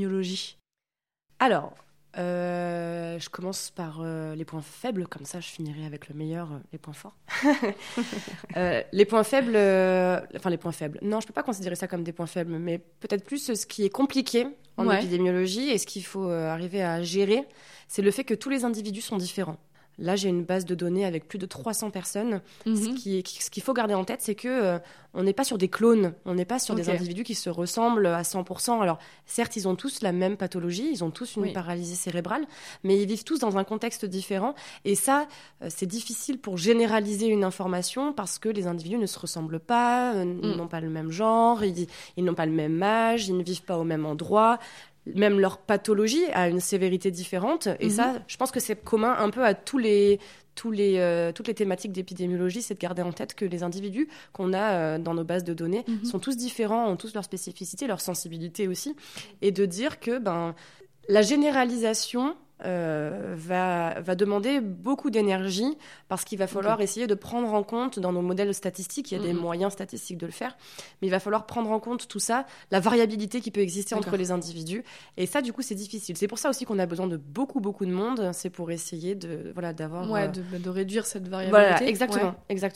Alors, euh, je commence par euh, les points faibles, comme ça je finirai avec le meilleur, euh, les points forts. Euh, les points faibles, euh, enfin les points faibles, non, je peux pas considérer ça comme des points faibles, mais peut-être plus ce qui est compliqué en Ouais. épidémiologie et ce qu'il faut euh, arriver à gérer, c'est le fait que tous les individus sont différents. Là, j'ai une base de données avec plus de trois cents personnes. Ce Mhm. qui- ce qu'il faut garder en tête, c'est que euh, on n'est pas sur des clones, on n'est pas sur des Ok. individus qui se ressemblent à cent pour cent. Alors, certes, ils ont tous la même pathologie, ils ont tous une Oui. paralysie cérébrale, mais ils vivent tous dans un contexte différent. Et ça, euh, c'est difficile pour généraliser une information parce que les individus ne se ressemblent pas, euh, ils Mm. n'ont pas le même genre, ils, ils n'ont pas le même âge, ils ne vivent pas au même endroit. Même leur pathologie a une sévérité différente. Et Mhm. ça, je pense que c'est commun un peu à tous les, tous les, euh, toutes les thématiques d'épidémiologie, c'est de garder en tête que les individus qu'on a euh, dans nos bases de données Mhm. sont tous différents, ont tous leurs spécificités, leurs sensibilités aussi. Et de dire que ben, la généralisation euh, va, va demander beaucoup d'énergie parce qu'il va falloir essayer de prendre en compte dans nos modèles statistiques, il y a des Mhm. moyens statistiques de le faire, mais il va falloir prendre en compte tout ça, la variabilité qui peut exister entre D'accord. les individus. Et ça, du coup, c'est difficile. C'est pour ça aussi qu'on a besoin de beaucoup, beaucoup de monde. C'est pour essayer de, voilà, d'avoir... Ouais, euh, de, de réduire cette variabilité. Voilà, exactement, Ouais. exactement.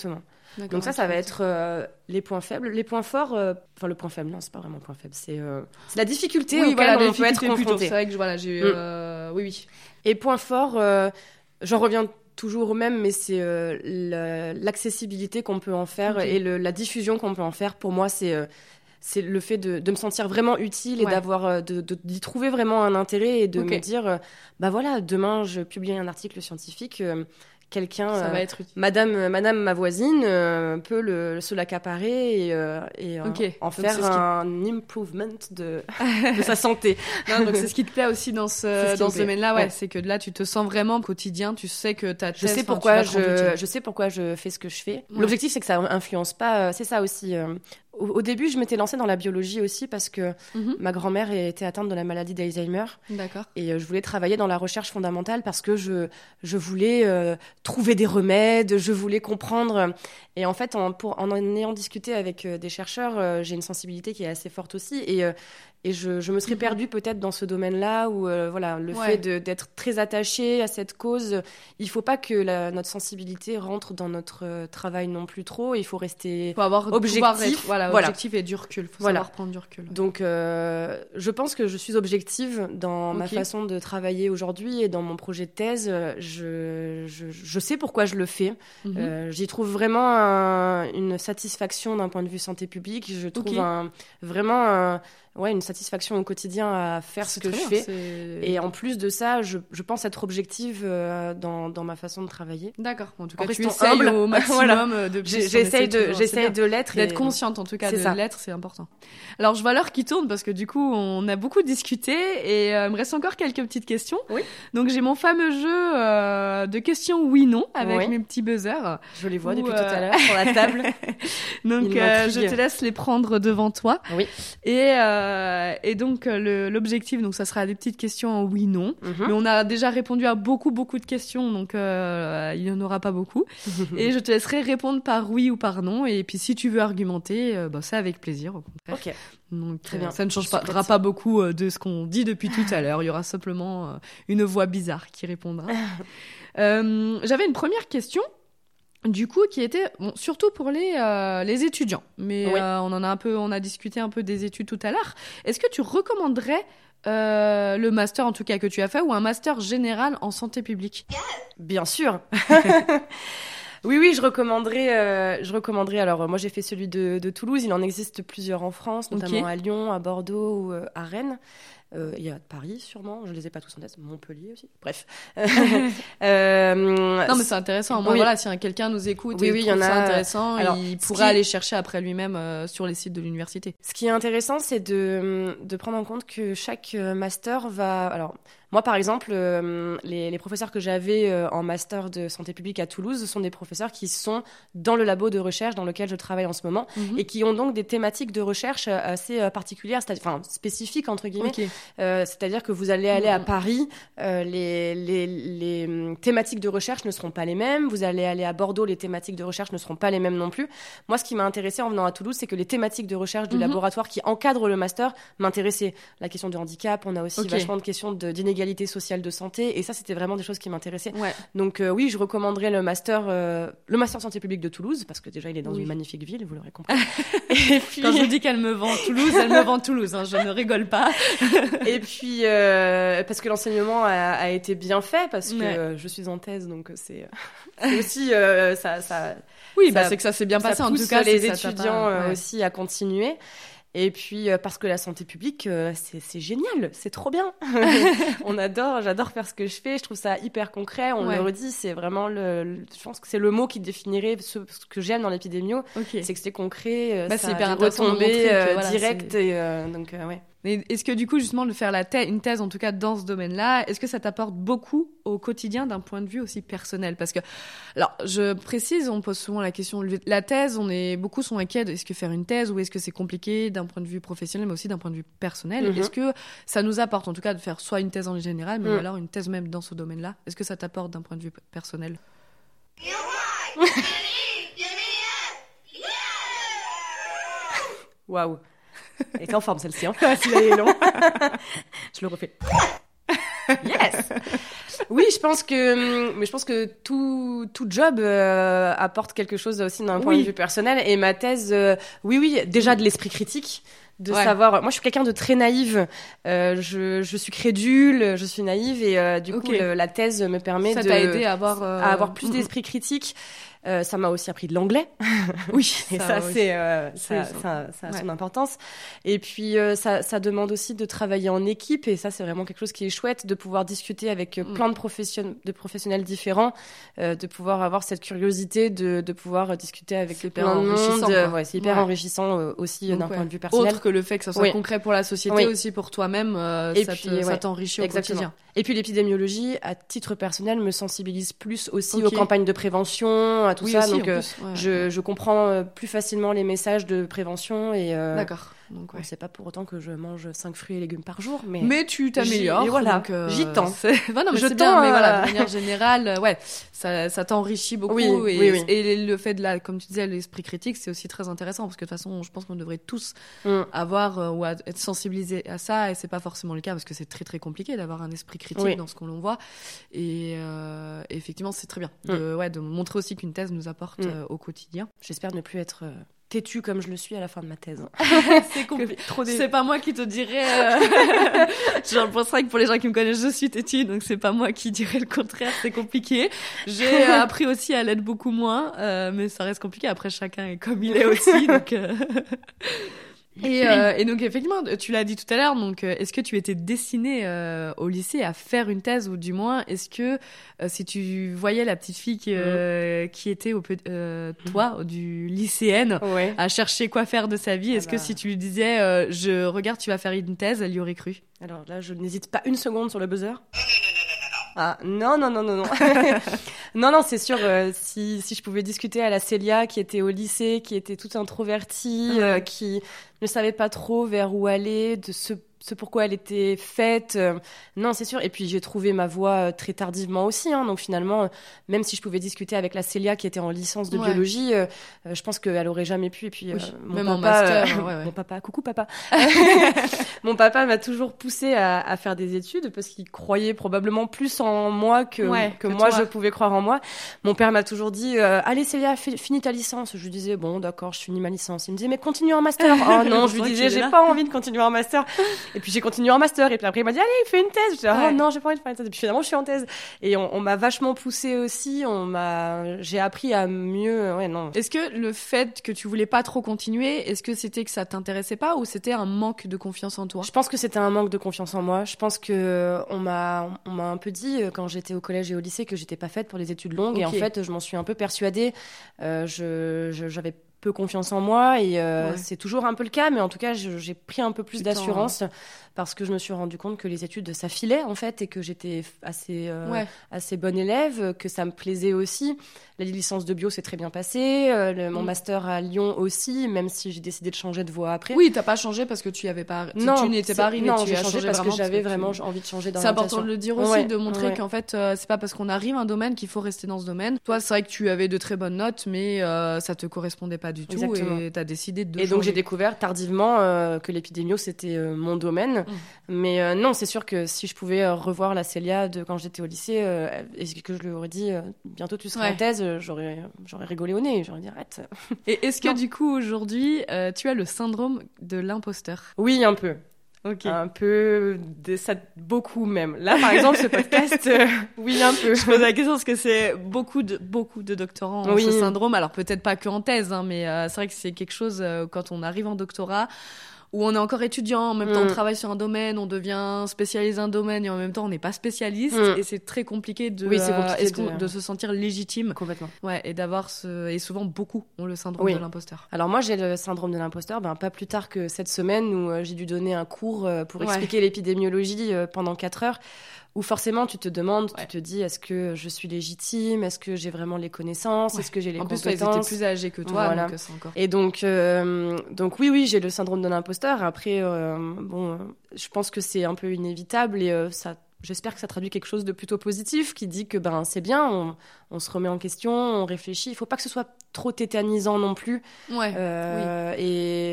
D'accord, Donc ça, ok, ça va ok. être euh, les points faibles. Les points forts, euh, enfin le point faible, non, c'est pas vraiment un point faible, c'est, euh, c'est la difficulté Oui, auquel voilà, on peut être difficulté plutôt. confronté. C'est vrai que je- voilà, j'ai. Mm. euh, Oui, oui. Et point fort, euh, j'en reviens toujours au même, mais c'est euh, la- l'accessibilité qu'on peut en faire Ok. et le, la diffusion qu'on peut en faire. Pour moi, c'est euh, c'est le fait de, de me sentir vraiment utile et Ouais. d'avoir euh, de, de- d'y trouver vraiment un intérêt et de Ok. me dire, euh, bah voilà, demain je publie un article scientifique, euh, quelqu'un, Ça euh, va être utile. Madame, euh, Madame ma voisine euh, peut le, se l'accaparer et, euh, et euh, Ok. en Donc, faire c'est ce qui- un improvement de, de sa santé. Non, donc c'est ce qui te plaît aussi dans C'est ce, ce qui dans me ce plaît. domaine-là, ouais. Ouais. C'est que là, tu te sens vraiment au quotidien, tu sais que ta Je thèse, sais enfin, pourquoi tu vas te rendre je, utile. je sais pourquoi je fais ce que je fais. Ouais. L'objectif, c'est que ça influence pas. euh, C'est ça aussi. euh, Au, au début, je m'étais lancée dans la biologie aussi parce que Mhm. ma grand-mère était atteinte de la maladie d'Alzheimer D'accord. et euh, je voulais travailler dans la recherche fondamentale parce que je, je voulais euh, trouver des remèdes, je voulais comprendre. Et en fait, en, pour, en, en ayant discuté avec euh, des chercheurs, euh, j'ai une sensibilité qui est assez forte aussi et euh, et je, je me serais Mhm. perdue peut-être dans ce domaine-là où euh, voilà, le Ouais. fait de- d'être très attachée à cette cause, il faut pas que la, notre sensibilité rentre dans notre euh, travail non plus trop. Il faut rester Faut avoir objectif. pouvoir être- voilà, Voilà. objectif et du recul. Faut Voilà. savoir prendre du recul. Donc, euh, je pense que je suis objective dans ma Ok. façon de travailler aujourd'hui et dans mon projet de thèse. euh, Je, je, je sais pourquoi je le fais. Mhm. Euh, J'y trouve vraiment un- une satisfaction d'un point de vue santé publique. Je trouve Ok. un- vraiment un- ouais, une satisfaction au quotidien à faire ce C'est que très je bien, fais. c'est- Et en plus de ça, je, je pense être objective euh, dans, dans ma façon de travailler. D'accord. En tout En cas, tu restant essayes humble. au maximum Voilà. euh, de. J'ai- plus, J'essaye on essaie de, toujours, c'est j'essaye bien. de l'être. D'être et- consciente en tout cas C'est de ça. l'être, c'est important. Alors je vois l'heure qui tourne parce que du coup on a beaucoup discuté et euh, il me reste encore quelques petites questions. Oui. Donc j'ai mon fameux jeu euh, de questions oui/non avec Oui. mes petits buzzers. Je les vois Ou, depuis euh, tout à l'heure sur la table. Donc Il euh, m'intrigue. je te laisse les prendre devant toi. Oui. Et euh, et donc euh, le- l'objectif donc ça sera des petites questions en oui/non. Mhm. Mais on a déjà répondu à beaucoup beaucoup de questions donc euh, il n'y en aura pas beaucoup. Et je te laisserai répondre par oui ou par non. Et puis si tu veux argumenter, euh, bah, c'est avec plaisir au contraire. Ok. Donc, Très euh, bien. ça ne Je suis changera prête. pas beaucoup euh, de ce qu'on dit depuis tout à l'heure. Il y aura simplement euh, une voix bizarre qui répondra. Euh, J'avais une première question. Du coup, qui était bon, surtout pour les euh, les étudiants, mais Oui. euh, on en a un peu, on a discuté un peu des études tout à l'heure. Est-ce que tu recommanderais euh, le master, en tout cas que tu as fait, ou un master général en santé publique? Bien sûr. Oui, oui, je recommanderais. euh, je recommanderais. Alors, euh, moi, j'ai fait celui de, de Toulouse. Il en existe plusieurs en France, notamment Ok. à Lyon, à Bordeaux ou euh, à Rennes. Euh, Il y a Paris, sûrement. Je les ai pas tous en tête. Montpellier aussi. Bref. Euh, Non, mais c'est intéressant. Moi, Oui. voilà, si un- quelqu'un nous écoute Oui, et oui, il y trouve en ça a- intéressant, Alors, il ce pourra qui- aller chercher après lui-même euh, sur les sites de l'université. Ce qui est intéressant, c'est de, de prendre en compte que chaque euh, master va... Alors, moi, par exemple, euh, les, les professeurs que j'avais euh, en master de santé publique à Toulouse sont des professeurs qui sont dans le labo de recherche dans lequel je travaille en ce moment Mhm. et qui ont donc des thématiques de recherche euh, assez euh, particulières, c'est-à-dire, enfin, spécifiques, entre guillemets. Ok. Euh, c'est-à-dire que vous allez aller à Mhm. Paris, euh, les, les, les hum, thématiques de recherche ne seront pas les mêmes. Vous allez aller à Bordeaux, les thématiques de recherche ne seront pas les mêmes non plus. Moi, ce qui m'a intéressé en venant à Toulouse, c'est que les thématiques de recherche du Mhm. laboratoire qui encadrent le master m'intéressaient. La question du handicap, on a aussi Ok. vachement de questions de- d'inégalité sociale de santé, et ça, c'était vraiment des choses qui m'intéressaient. Ouais. Donc euh, oui, je recommanderais le master, euh, le master santé publique de Toulouse, parce que déjà, il est dans Oui. une magnifique ville, vous l'aurez compris. Et puis, Quand je vous dis qu'elle me vend Toulouse, elle me vend Toulouse. Hein, je ne rigole pas. et puis euh, parce que l'enseignement a, a été bien fait, parce que Ouais. euh, je suis en thèse, donc c'est c'est aussi euh, ça, ça, Oui, Ça- bah, c'est que ça s'est bien ça passé. En pousse tout cas, les c'est que ça t'a étudiants pas- euh, ouais. aussi à continuer. Et puis euh, parce que la santé publique, euh, c'est c'est génial, c'est trop bien. On adore, j'adore faire ce que je fais. Je trouve ça hyper concret. On Ouais. le redit, c'est vraiment le, le- je pense que c'est le mot qui définirait ce, ce que j'aime dans l'épidémio, Ok. c'est que c'est concret, euh, Bah, ça c'est a hyper des intéressant de retombées montrer que, euh, voilà, directes c'est- et euh, donc euh, ouais. Mais est-ce que du coup, justement, de faire la thè- une thèse, en tout cas dans ce domaine-là, est-ce que ça t'apporte beaucoup au quotidien d'un point de vue aussi personnel? Parce que, alors, je précise, on pose souvent la question, la thèse, on est, beaucoup sont inquiets de est-ce que faire une thèse ou est-ce que c'est compliqué d'un point de vue professionnel, mais aussi d'un point de vue personnel. Mhm. Est-ce que ça nous apporte, en tout cas, de faire soit une thèse en général, mais Mm. ou alors une thèse même dans ce domaine-là? Est-ce que ça t'apporte d'un point de vue p- personnel? Waouh. Elle était en forme celle-ci, hein. Celui-là il est long. Je le refais. Yes. Oui, je pense que, mais je pense que tout, tout job euh, apporte quelque chose aussi d'un point oui. de vue personnel. Et ma thèse, euh, oui, oui, déjà de l'esprit critique. De ouais. savoir, moi je suis quelqu'un de très naïve, euh, je, je suis crédule, je suis naïve et euh, du okay. coup le, la thèse me permet ça de, t'a aidé à avoir, euh... à avoir plus d'esprit critique. Euh, ça m'a aussi appris de l'anglais. Oui, et ça, ça oui. c'est, euh, ça, ça, ça, ça a ouais. son importance. Et puis, euh, ça, ça demande aussi de travailler en équipe. Et ça, c'est vraiment quelque chose qui est chouette, de pouvoir discuter avec mm. plein de, profession- de professionnels différents, euh, de pouvoir avoir cette curiosité de, de pouvoir discuter avec c'est plein de monde. Euh, ouais, c'est hyper ouais. enrichissant euh, aussi Donc, d'un ouais. point de vue personnel. Autre que le fait que ça soit oui. concret pour la société, oui. aussi pour toi-même, euh, et ça, puis, te, ouais. ça t'enrichit au Exactement. quotidien. Et puis, l'épidémiologie, à titre personnel, me sensibilise plus aussi okay. aux campagnes de prévention, à tout oui, ça. Aussi, donc, euh, Ouais, je, ouais. je comprends euh, plus facilement les messages de prévention et euh, d'accord. Donc, ouais. c'est pas pour autant que je mange cinq fruits et légumes par jour, mais mais tu t'améliores. J'y, voilà, donc, euh, j'y tends. Bah non, mais je c'est tends, bien. Mais euh... voilà, de manière générale, ouais, ça, ça t'enrichit beaucoup. Oui, et, oui, oui. et le fait de la, comme tu disais, l'esprit critique, c'est aussi très intéressant parce que de toute façon, je pense qu'on devrait tous mm. avoir euh, ou à, être sensibilisés à ça, et c'est pas forcément le cas parce que c'est très très compliqué d'avoir un esprit critique oui. dans ce qu'on voit. Et, euh, et effectivement, c'est très bien de, mm. ouais, de montrer aussi qu'une thèse nous apporte mm. euh, au quotidien. J'espère ne plus être euh... têtue comme je le suis à la fin de ma thèse. c'est compliqué. Trop dé... C'est pas moi qui te dirais. Euh... Genre, je penserais que pour les gens qui me connaissent, je suis têtue, donc c'est pas moi qui dirais le contraire. C'est compliqué. J'ai euh, appris aussi à l'être beaucoup moins, euh, mais ça reste compliqué. Après, chacun est comme il est aussi, donc. Euh... Et, euh, et donc effectivement, tu l'as dit tout à l'heure, donc euh, est-ce que tu étais destinée euh, au lycée à faire une thèse, ou du moins est-ce que euh, si tu voyais la petite fille qui, euh, mmh. qui était au euh, toi du lycéenne ouais. à chercher quoi faire de sa vie, est-ce ah bah... que si tu lui disais euh, je regarde tu vas faire une thèse, elle y aurait cru? Alors là, je n'hésite pas une seconde sur le buzzer. Ah non non non non non non non c'est sûr euh, si si je pouvais discuter à la Célia qui était au lycée, qui était toute introvertie, mmh. euh, qui ne savait pas trop vers où aller, de ce ce pourquoi elle était faite. Euh, non, c'est sûr. Et puis, j'ai trouvé ma voie euh, très tardivement aussi. Hein, donc, finalement, euh, même si je pouvais discuter avec la Célia qui était en licence de ouais. biologie, euh, euh, je pense qu'elle aurait jamais pu. Et puis, oui, euh, mon même papa, en master. Euh, ouais, ouais. mon papa, coucou papa. Mon papa m'a toujours poussé à, à faire des études parce qu'il croyait probablement plus en moi que, ouais, que, que moi, toi. je pouvais croire en moi. Mon père m'a toujours dit euh, allez, Célia, f- finis ta licence. Je lui disais bon, d'accord, je finis ma licence. Il me disait mais continue en master. Oh non, je lui disais j'ai pas envie de continuer en master. Et puis, j'ai continué en master. Et puis après, il m'a dit, allez, fais une thèse. Je dis, ouais. oh non, j'ai pas envie de faire une thèse. Et puis finalement, je suis en thèse. Et on, on m'a vachement poussée aussi. On m'a, j'ai appris à mieux, ouais, non. Est-ce que le fait que tu voulais pas trop continuer, est-ce que c'était que ça t'intéressait pas ou c'était un manque de confiance en toi? Je pense que c'était un manque de confiance en moi. Je pense que on m'a, on m'a un peu dit quand j'étais au collège et au lycée que j'étais pas faite pour les études longues. Okay. Et en fait, je m'en suis un peu persuadée. Euh, je, je, j'avais peu confiance en moi et euh, ouais. c'est toujours un peu le cas, mais en tout cas, je, j'ai pris un peu plus Putain, d'assurance. Hein. Parce que je me suis rendu compte que les études, ça filait, en fait, et que j'étais assez, euh, ouais. assez bonne élève, que ça me plaisait aussi. La licence de bio s'est très bien passée, euh, le, mon mmh. master à Lyon aussi, même si j'ai décidé de changer de voie après. Oui, t'as pas changé parce que tu avais pas, non, tu n'étais pas arrivée. Non, tu j'ai as changé, changé parce que j'avais parce que vraiment tu... envie de changer d'orientation. C'est important de le dire aussi, ouais. de montrer ouais. qu'en fait, euh, c'est pas parce qu'on arrive à un domaine qu'il faut rester dans ce domaine. Toi, c'est vrai que tu avais de très bonnes notes, mais euh, ça te correspondait pas du tout. Exactement. Et t'as décidé de Et changer. donc, j'ai découvert tardivement euh, que l'épidémio, c'était euh, mon domaine. Mmh. Mais euh, non, c'est sûr que si je pouvais euh, revoir la Célia de quand j'étais au lycée euh, et que je lui aurais dit euh, bientôt tu seras ouais. en thèse, euh, j'aurais, j'aurais rigolé au nez, j'aurais dit arrête. Et est-ce que non. du coup aujourd'hui euh, tu as le syndrome de l'imposteur? Oui, un peu. Okay. Un peu, de ça, beaucoup même. Là, par exemple, ce podcast, euh, oui, un peu. Je pose la question parce que c'est beaucoup de, beaucoup de doctorants ont oui. ce syndrome. Alors peut-être pas que en thèse, hein, mais euh, c'est vrai que c'est quelque chose euh, quand on arrive en doctorat, où on est encore étudiant, en même temps mmh. on travaille sur un domaine, on devient spécialisé un domaine et en même temps on n'est pas spécialiste mmh. et c'est très compliqué de, oui, c'est compliqué euh, de... de se sentir légitime. Complètement. Ouais, et d'avoir ce... Et souvent beaucoup ont le syndrome oui. de l'imposteur. Alors moi j'ai le syndrome de l'imposteur, ben, pas plus tard que cette semaine où euh, j'ai dû donner un cours euh, pour expliquer ouais. l'épidémiologie euh, pendant quatre heures. Où forcément tu te demandes, ouais. tu te dis est-ce que je suis légitime, est-ce que j'ai vraiment les connaissances, ouais. est-ce que j'ai les en compétences. En plus, ils étaient plus âgés que toi, voilà. donc c'est encore. Et donc, euh, donc oui, oui, j'ai le syndrome de l'imposteur. Après, euh, bon, euh, je pense que c'est un peu inévitable et euh, ça. J'espère que ça traduit quelque chose de plutôt positif qui dit que ben c'est bien, on, on se remet en question, on réfléchit. Il faut pas que ce soit trop tétanisant non plus. Ouais. Euh, oui. Et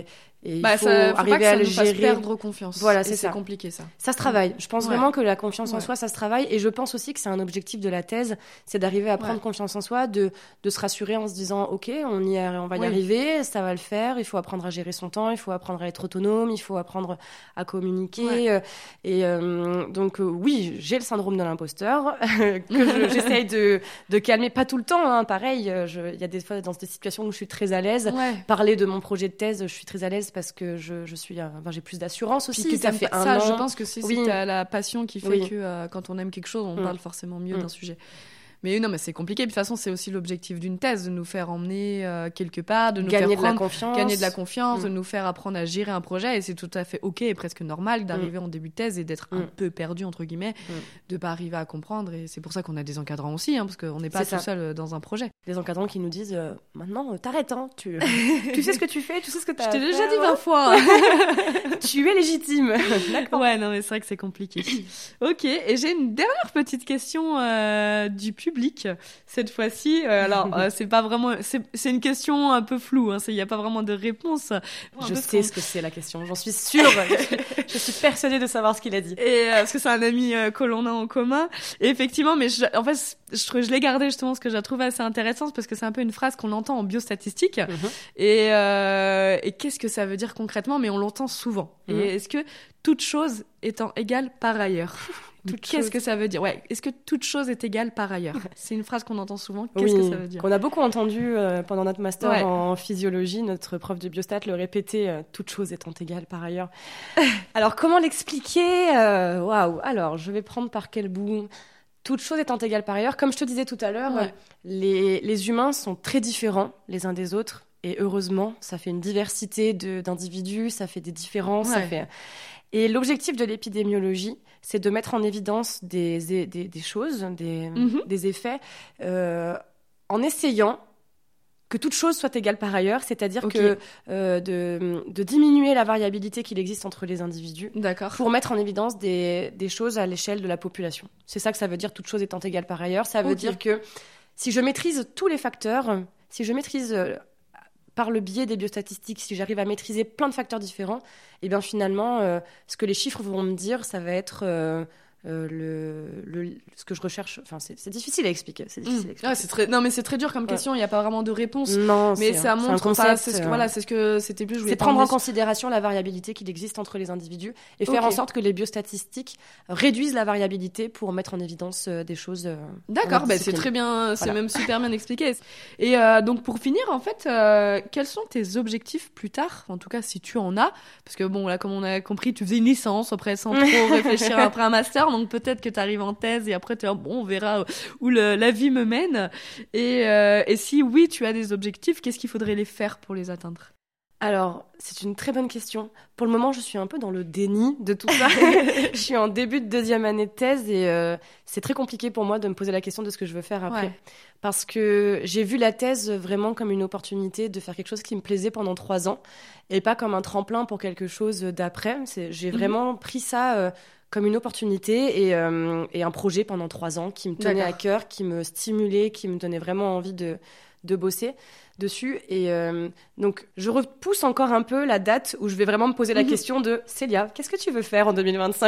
Et bah, il faut ça, faut arriver pas que à ça le nous fasse gérer. perdre confiance. Voilà, c'est et ça. C'est compliqué ça. Ça se travaille. Je pense ouais. vraiment que la confiance en ouais. soi, ça se travaille. Et je pense aussi que c'est un objectif de la thèse, c'est d'arriver à prendre ouais. confiance en soi, de, de se rassurer en se disant, ok, on y a, on va y oui. arriver, ça va le faire. Il faut apprendre à gérer son temps, il faut apprendre à être autonome, il faut apprendre à communiquer. Ouais. Et euh, donc euh, oui, j'ai le syndrome de l'imposteur que je, j'essaye de, de calmer, pas tout le temps. Hein, pareil, il y a des fois dans des situations où je suis très à l'aise. Ouais. Parler de mon projet de thèse, je suis très à l'aise parce que je, je suis, enfin, j'ai plus d'assurance aussi. Puis ça fait un ça, an. je pense que c'est oui. si t'as la passion qui fait oui. que euh, quand on aime quelque chose, on mm. parle forcément mieux mm. d'un sujet. Mais non, mais c'est compliqué. Puis, de toute façon, c'est aussi l'objectif d'une thèse, de nous faire emmener euh, quelque part, de nous gagner faire prendre, de la confiance, gagner de la confiance, mm. de nous faire apprendre à gérer un projet. Et c'est tout à fait ok et presque normal d'arriver mm. en début de thèse et d'être mm. un peu perdu entre guillemets, mm. de pas arriver à comprendre. Et c'est pour ça qu'on a des encadrants aussi, hein, parce qu'on n'est pas c'est tout ça. seul dans un projet. Des encadrants qui nous disent euh, maintenant, t'arrêtes, hein, tu, tu sais ce que tu fais, tu sais ce que t'as. Je t'ai déjà faire, dit ouais. vingt fois. Tu es légitime. D'accord. Ouais, non, mais c'est vrai que c'est compliqué. Ok. Et j'ai une dernière petite question euh, du public. Cette fois-ci, euh, alors euh, c'est pas vraiment, c'est, c'est une question un peu floue. Hein, il n'y a pas vraiment de réponse. Je sais ce que c'est la question. J'en suis sûre. je, suis, je suis persuadée de savoir ce qu'il a dit. Et euh, parce que c'est un ami euh, que l'on a en commun. Et effectivement, mais je, en fait, je, je l'ai gardé justement parce que je la trouve assez intéressante parce que c'est un peu une phrase qu'on entend en biostatistique. Mm-hmm. Et, euh, et qu'est-ce que ça veut dire concrètement? Mais on l'entend souvent. Mm-hmm. Et est-ce que toute chose étant égale par ailleurs? Qu'est-ce chose. que ça veut dire? Ouais, est-ce que toute chose est égale par ailleurs? C'est une phrase qu'on entend souvent. Qu'est-ce oui, que ça veut dire? Qu'on a beaucoup entendu euh, pendant notre master ouais. en physiologie. Notre prof de biostat le répétait, euh, toute chose étant égale par ailleurs. Alors, comment l'expliquer? Waouh. Alors, je vais prendre par quel bout? Toute chose étant égale par ailleurs. Comme je te disais tout à l'heure, ouais. les, les humains sont très différents les uns des autres. Et heureusement, ça fait une diversité de, d'individus, ça fait des différences, ouais. ça fait... Et l'objectif de l'épidémiologie, c'est de mettre en évidence des, des, des choses, des, mm-hmm. des effets, euh, en essayant que toute chose soit égale par ailleurs, c'est-à-dire okay. que euh, de, de diminuer la variabilité qu'il existe entre les individus D'accord. pour mettre en évidence des, des choses à l'échelle de la population. C'est ça que ça veut dire, toute chose étant égale par ailleurs. Ça veut okay. dire que si je maîtrise tous les facteurs, si je maîtrise... Euh, par le biais des biostatistiques, si j'arrive à maîtriser plein de facteurs différents, et bien finalement, euh, ce que les chiffres vont me dire, ça va être euh, euh, le, le, ce que je recherche. Enfin, c'est, c'est difficile à expliquer. C'est difficile mmh. à expliquer. Ah, c'est très, non, mais c'est très dur comme question. Il ouais. n'y a pas vraiment de réponse. Non, mais c'est, ça montre. c'est un concept. Ça, c'est ce que, voilà, c'est ce que c'était plus. Je c'est prendre en considération la variabilité qu'il existe entre les individus et faire okay. en sorte que les biostatistiques réduisent la variabilité pour mettre en évidence euh, des choses. Euh, D'accord, bah, c'est très bien, c'est voilà. même super bien expliqué. Et euh, donc pour finir, en fait, euh, quels sont tes objectifs plus tard? En tout cas, si tu en as, parce que bon, là, comme on a compris, tu faisais une licence après sans trop réfléchir après un master, donc peut-être que tu arrives en thèse et après tu es bon, on verra où le, la vie me mène. Et, euh, et si oui, tu as des objectifs, qu'est-ce qu'il faudrait les faire pour les atteindre? Alors, c'est une très bonne question. Pour le moment, je suis un peu dans le déni de tout ça. Je suis en début de deuxième année de thèse et euh, c'est très compliqué pour moi de me poser la question de ce que je veux faire après. Ouais. Parce que j'ai vu la thèse vraiment comme une opportunité de faire quelque chose qui me plaisait pendant trois ans et pas comme un tremplin pour quelque chose d'après. C'est, j'ai mm-hmm. vraiment pris ça euh, comme une opportunité et, euh, et un projet pendant trois ans qui me tenait D'accord. à cœur, qui me stimulait, qui me donnait vraiment envie de, de bosser dessus. Et euh, donc, je repousse encore un peu la date où je vais vraiment me poser la mmh. question de « Célia, qu'est-ce que tu veux faire en deux mille vingt-cinq ?»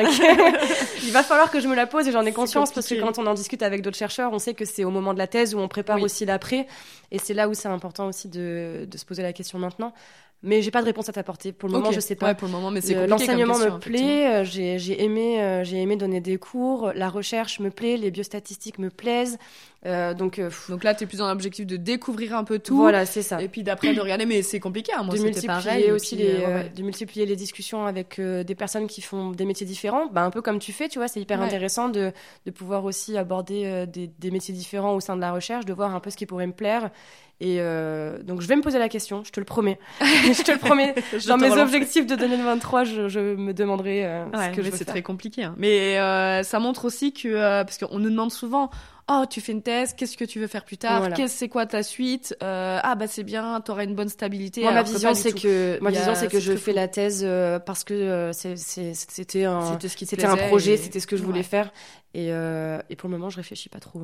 Il va falloir que je me la pose et j'en ai conscience parce que quand on en discute avec d'autres chercheurs, on sait que c'est au moment de la thèse où on prépare oui. aussi l'après. Et c'est là où c'est important aussi de, de se poser la question maintenant. Mais j'ai pas de réponse à t'apporter. Pour le moment, okay. je sais pas. Ouais, pour le moment, mais c'est compliqué L'enseignement comme question, me plaît. J'ai, j'ai aimé, euh, j'ai aimé donner des cours. La recherche me plaît. Les biostatistiques me plaisent. Euh, donc, euh, donc là, t'es plus dans l'objectif de découvrir un peu tout. Voilà, c'est ça. Et puis d'après de regarder, mais c'est compliqué. Hein, moi, de c'était multiplier pareil. aussi puis, les, euh, ouais. euh, de multiplier les discussions avec euh, des personnes qui font des métiers différents. Bah, un peu comme tu fais, tu vois, c'est hyper ouais. intéressant de de pouvoir aussi aborder euh, des, des métiers différents au sein de la recherche, de voir un peu ce qui pourrait me plaire. Et euh, donc je vais me poser la question, je te le promets. je te le promets. Dans mes objectifs de deux mille vingt-trois, je, je me demanderai euh, ouais, ce que je veux c'est faire. très compliqué. Hein. Mais euh, ça montre aussi que euh, parce qu'on nous demande souvent, oh tu fais une thèse, qu'est-ce que tu veux faire plus tard, voilà. Qu'est-ce c'est quoi ta suite, euh, ah bah c'est bien, t'auras une bonne stabilité. Moi Alors ma vision c'est que ma vision a, c'est que c'est je fais fou. la thèse euh, parce que euh, c'est, c'est, c'était un c'était, ce qui c'était un projet, et... c'était ce que je voulais ouais. faire et euh, et pour le moment je réfléchis pas trop. Euh...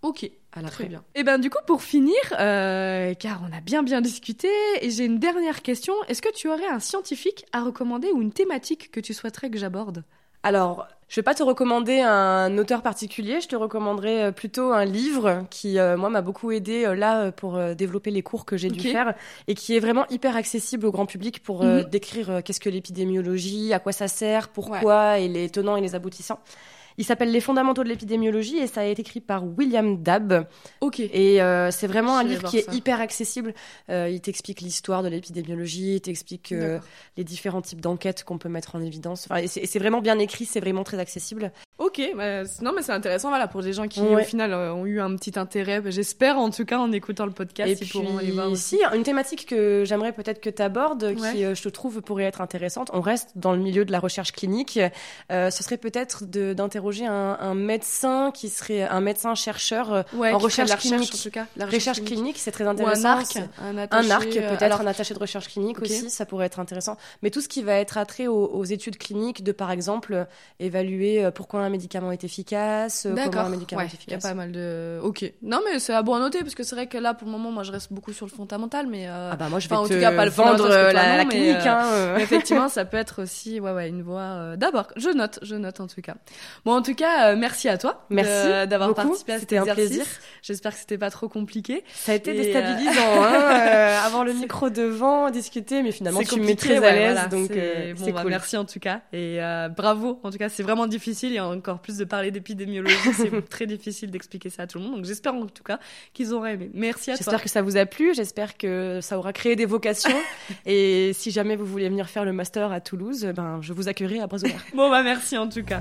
Ok. à Très bien. Et ben du coup pour finir, euh, car on a bien bien discuté, et j'ai une dernière question. Est-ce que tu aurais un scientifique à recommander ou une thématique que tu souhaiterais que j'aborde ? Alors, je vais pas te recommander un auteur particulier, je te recommanderais plutôt un livre qui, euh, moi, m'a beaucoup aidé euh, là pour euh, développer les cours que j'ai okay. dû faire et qui est vraiment hyper accessible au grand public pour euh, mm-hmm. décrire euh, qu'est-ce que l'épidémiologie, à quoi ça sert, pourquoi ouais. et les tenants et les aboutissants. Il s'appelle Les fondamentaux de l'épidémiologie et ça a été écrit par William Dabb. Ok. Et euh, c'est vraiment Je un livre qui ça. est hyper accessible. Euh, il t'explique l'histoire de l'épidémiologie, il t'explique euh, les différents types d'enquêtes qu'on peut mettre en évidence. Enfin, et c'est, et c'est vraiment bien écrit, c'est vraiment très accessible. Ok, bah, non mais c'est intéressant voilà, pour des gens qui ouais. au final euh, ont eu un petit intérêt, j'espère en tout cas en écoutant le podcast. Et ils puis pourront aller voir aussi. Si, une thématique que j'aimerais peut-être que tu abordes, ouais. qui euh, je te trouve pourrait être intéressante, on reste dans le milieu de la recherche clinique, euh, ce serait peut-être de, d'interroger un, un médecin qui serait un médecin-chercheur ouais, en recherche la clinique. Recherche, en tout cas. La recherche, recherche clinique. clinique, c'est très intéressant. Ou un arc, un, attaché, un arc peut-être, alors... un attaché de recherche clinique okay. aussi, ça pourrait être intéressant. Mais tout ce qui va être attrait aux, aux études cliniques, de par exemple évaluer pourquoi un médicament est efficace, D'accord. comment un médicament ouais, est efficace. Il y a pas mal de... Ok. Non mais c'est à bon à noter, parce que c'est vrai que là, pour le moment, moi je reste beaucoup sur le fondamental, mais... Euh... Ah bah moi je vais enfin, te en tout cas, pas le vendre la, la, la mais, clinique. Euh... Hein, euh... mais effectivement, ça peut être aussi ouais, ouais, une voie... Euh... D'abord, je note, je note en tout cas. Bon, en tout cas, euh, merci à toi. Merci de, d'avoir beaucoup. participé à cet C'était exercice. un plaisir. J'espère que c'était pas trop compliqué. Ça a été et déstabilisant, euh... hein, euh, avoir le micro devant, discuter, mais finalement c'est tu me mets très ouais, à l'aise, voilà, donc c'est, euh, bon, c'est bah, cool. Merci en tout cas, et euh, bravo. En tout cas, c'est vraiment difficile, et encore plus de parler d'épidémiologie, c'est très difficile d'expliquer ça à tout le monde. Donc j'espère en tout cas qu'ils auront aimé. Merci à j'espère toi. J'espère que ça vous a plu, j'espère que ça aura créé des vocations. Et si jamais vous voulez venir faire le master à Toulouse, ben je vous accueillerai à bras ouverts. Bon bah merci en tout cas.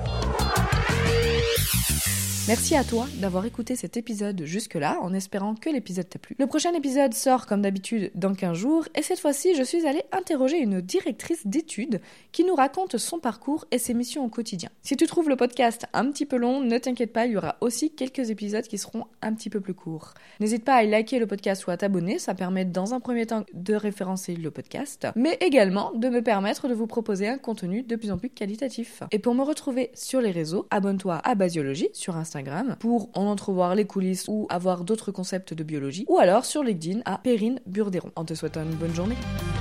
Merci à toi d'avoir écouté cet épisode jusque-là, en espérant que l'épisode t'a plu. Le prochain épisode sort comme d'habitude dans quinze jours, et cette fois-ci, je suis allée interroger une directrice d'études qui nous raconte son parcours et ses missions au quotidien. Si tu trouves le podcast un petit peu long, ne t'inquiète pas, il y aura aussi quelques épisodes qui seront un petit peu plus courts. N'hésite pas à liker le podcast ou à t'abonner, ça permet dans un premier temps de référencer le podcast, mais également de me permettre de vous proposer un contenu de plus en plus qualitatif. Et pour me retrouver sur les réseaux, abonne-toi à Basiologie sur Instagram pour en entrevoir les coulisses ou avoir d'autres concepts de biologie, ou alors sur LinkedIn à Perrine Burderon. En te souhaitant une bonne journée.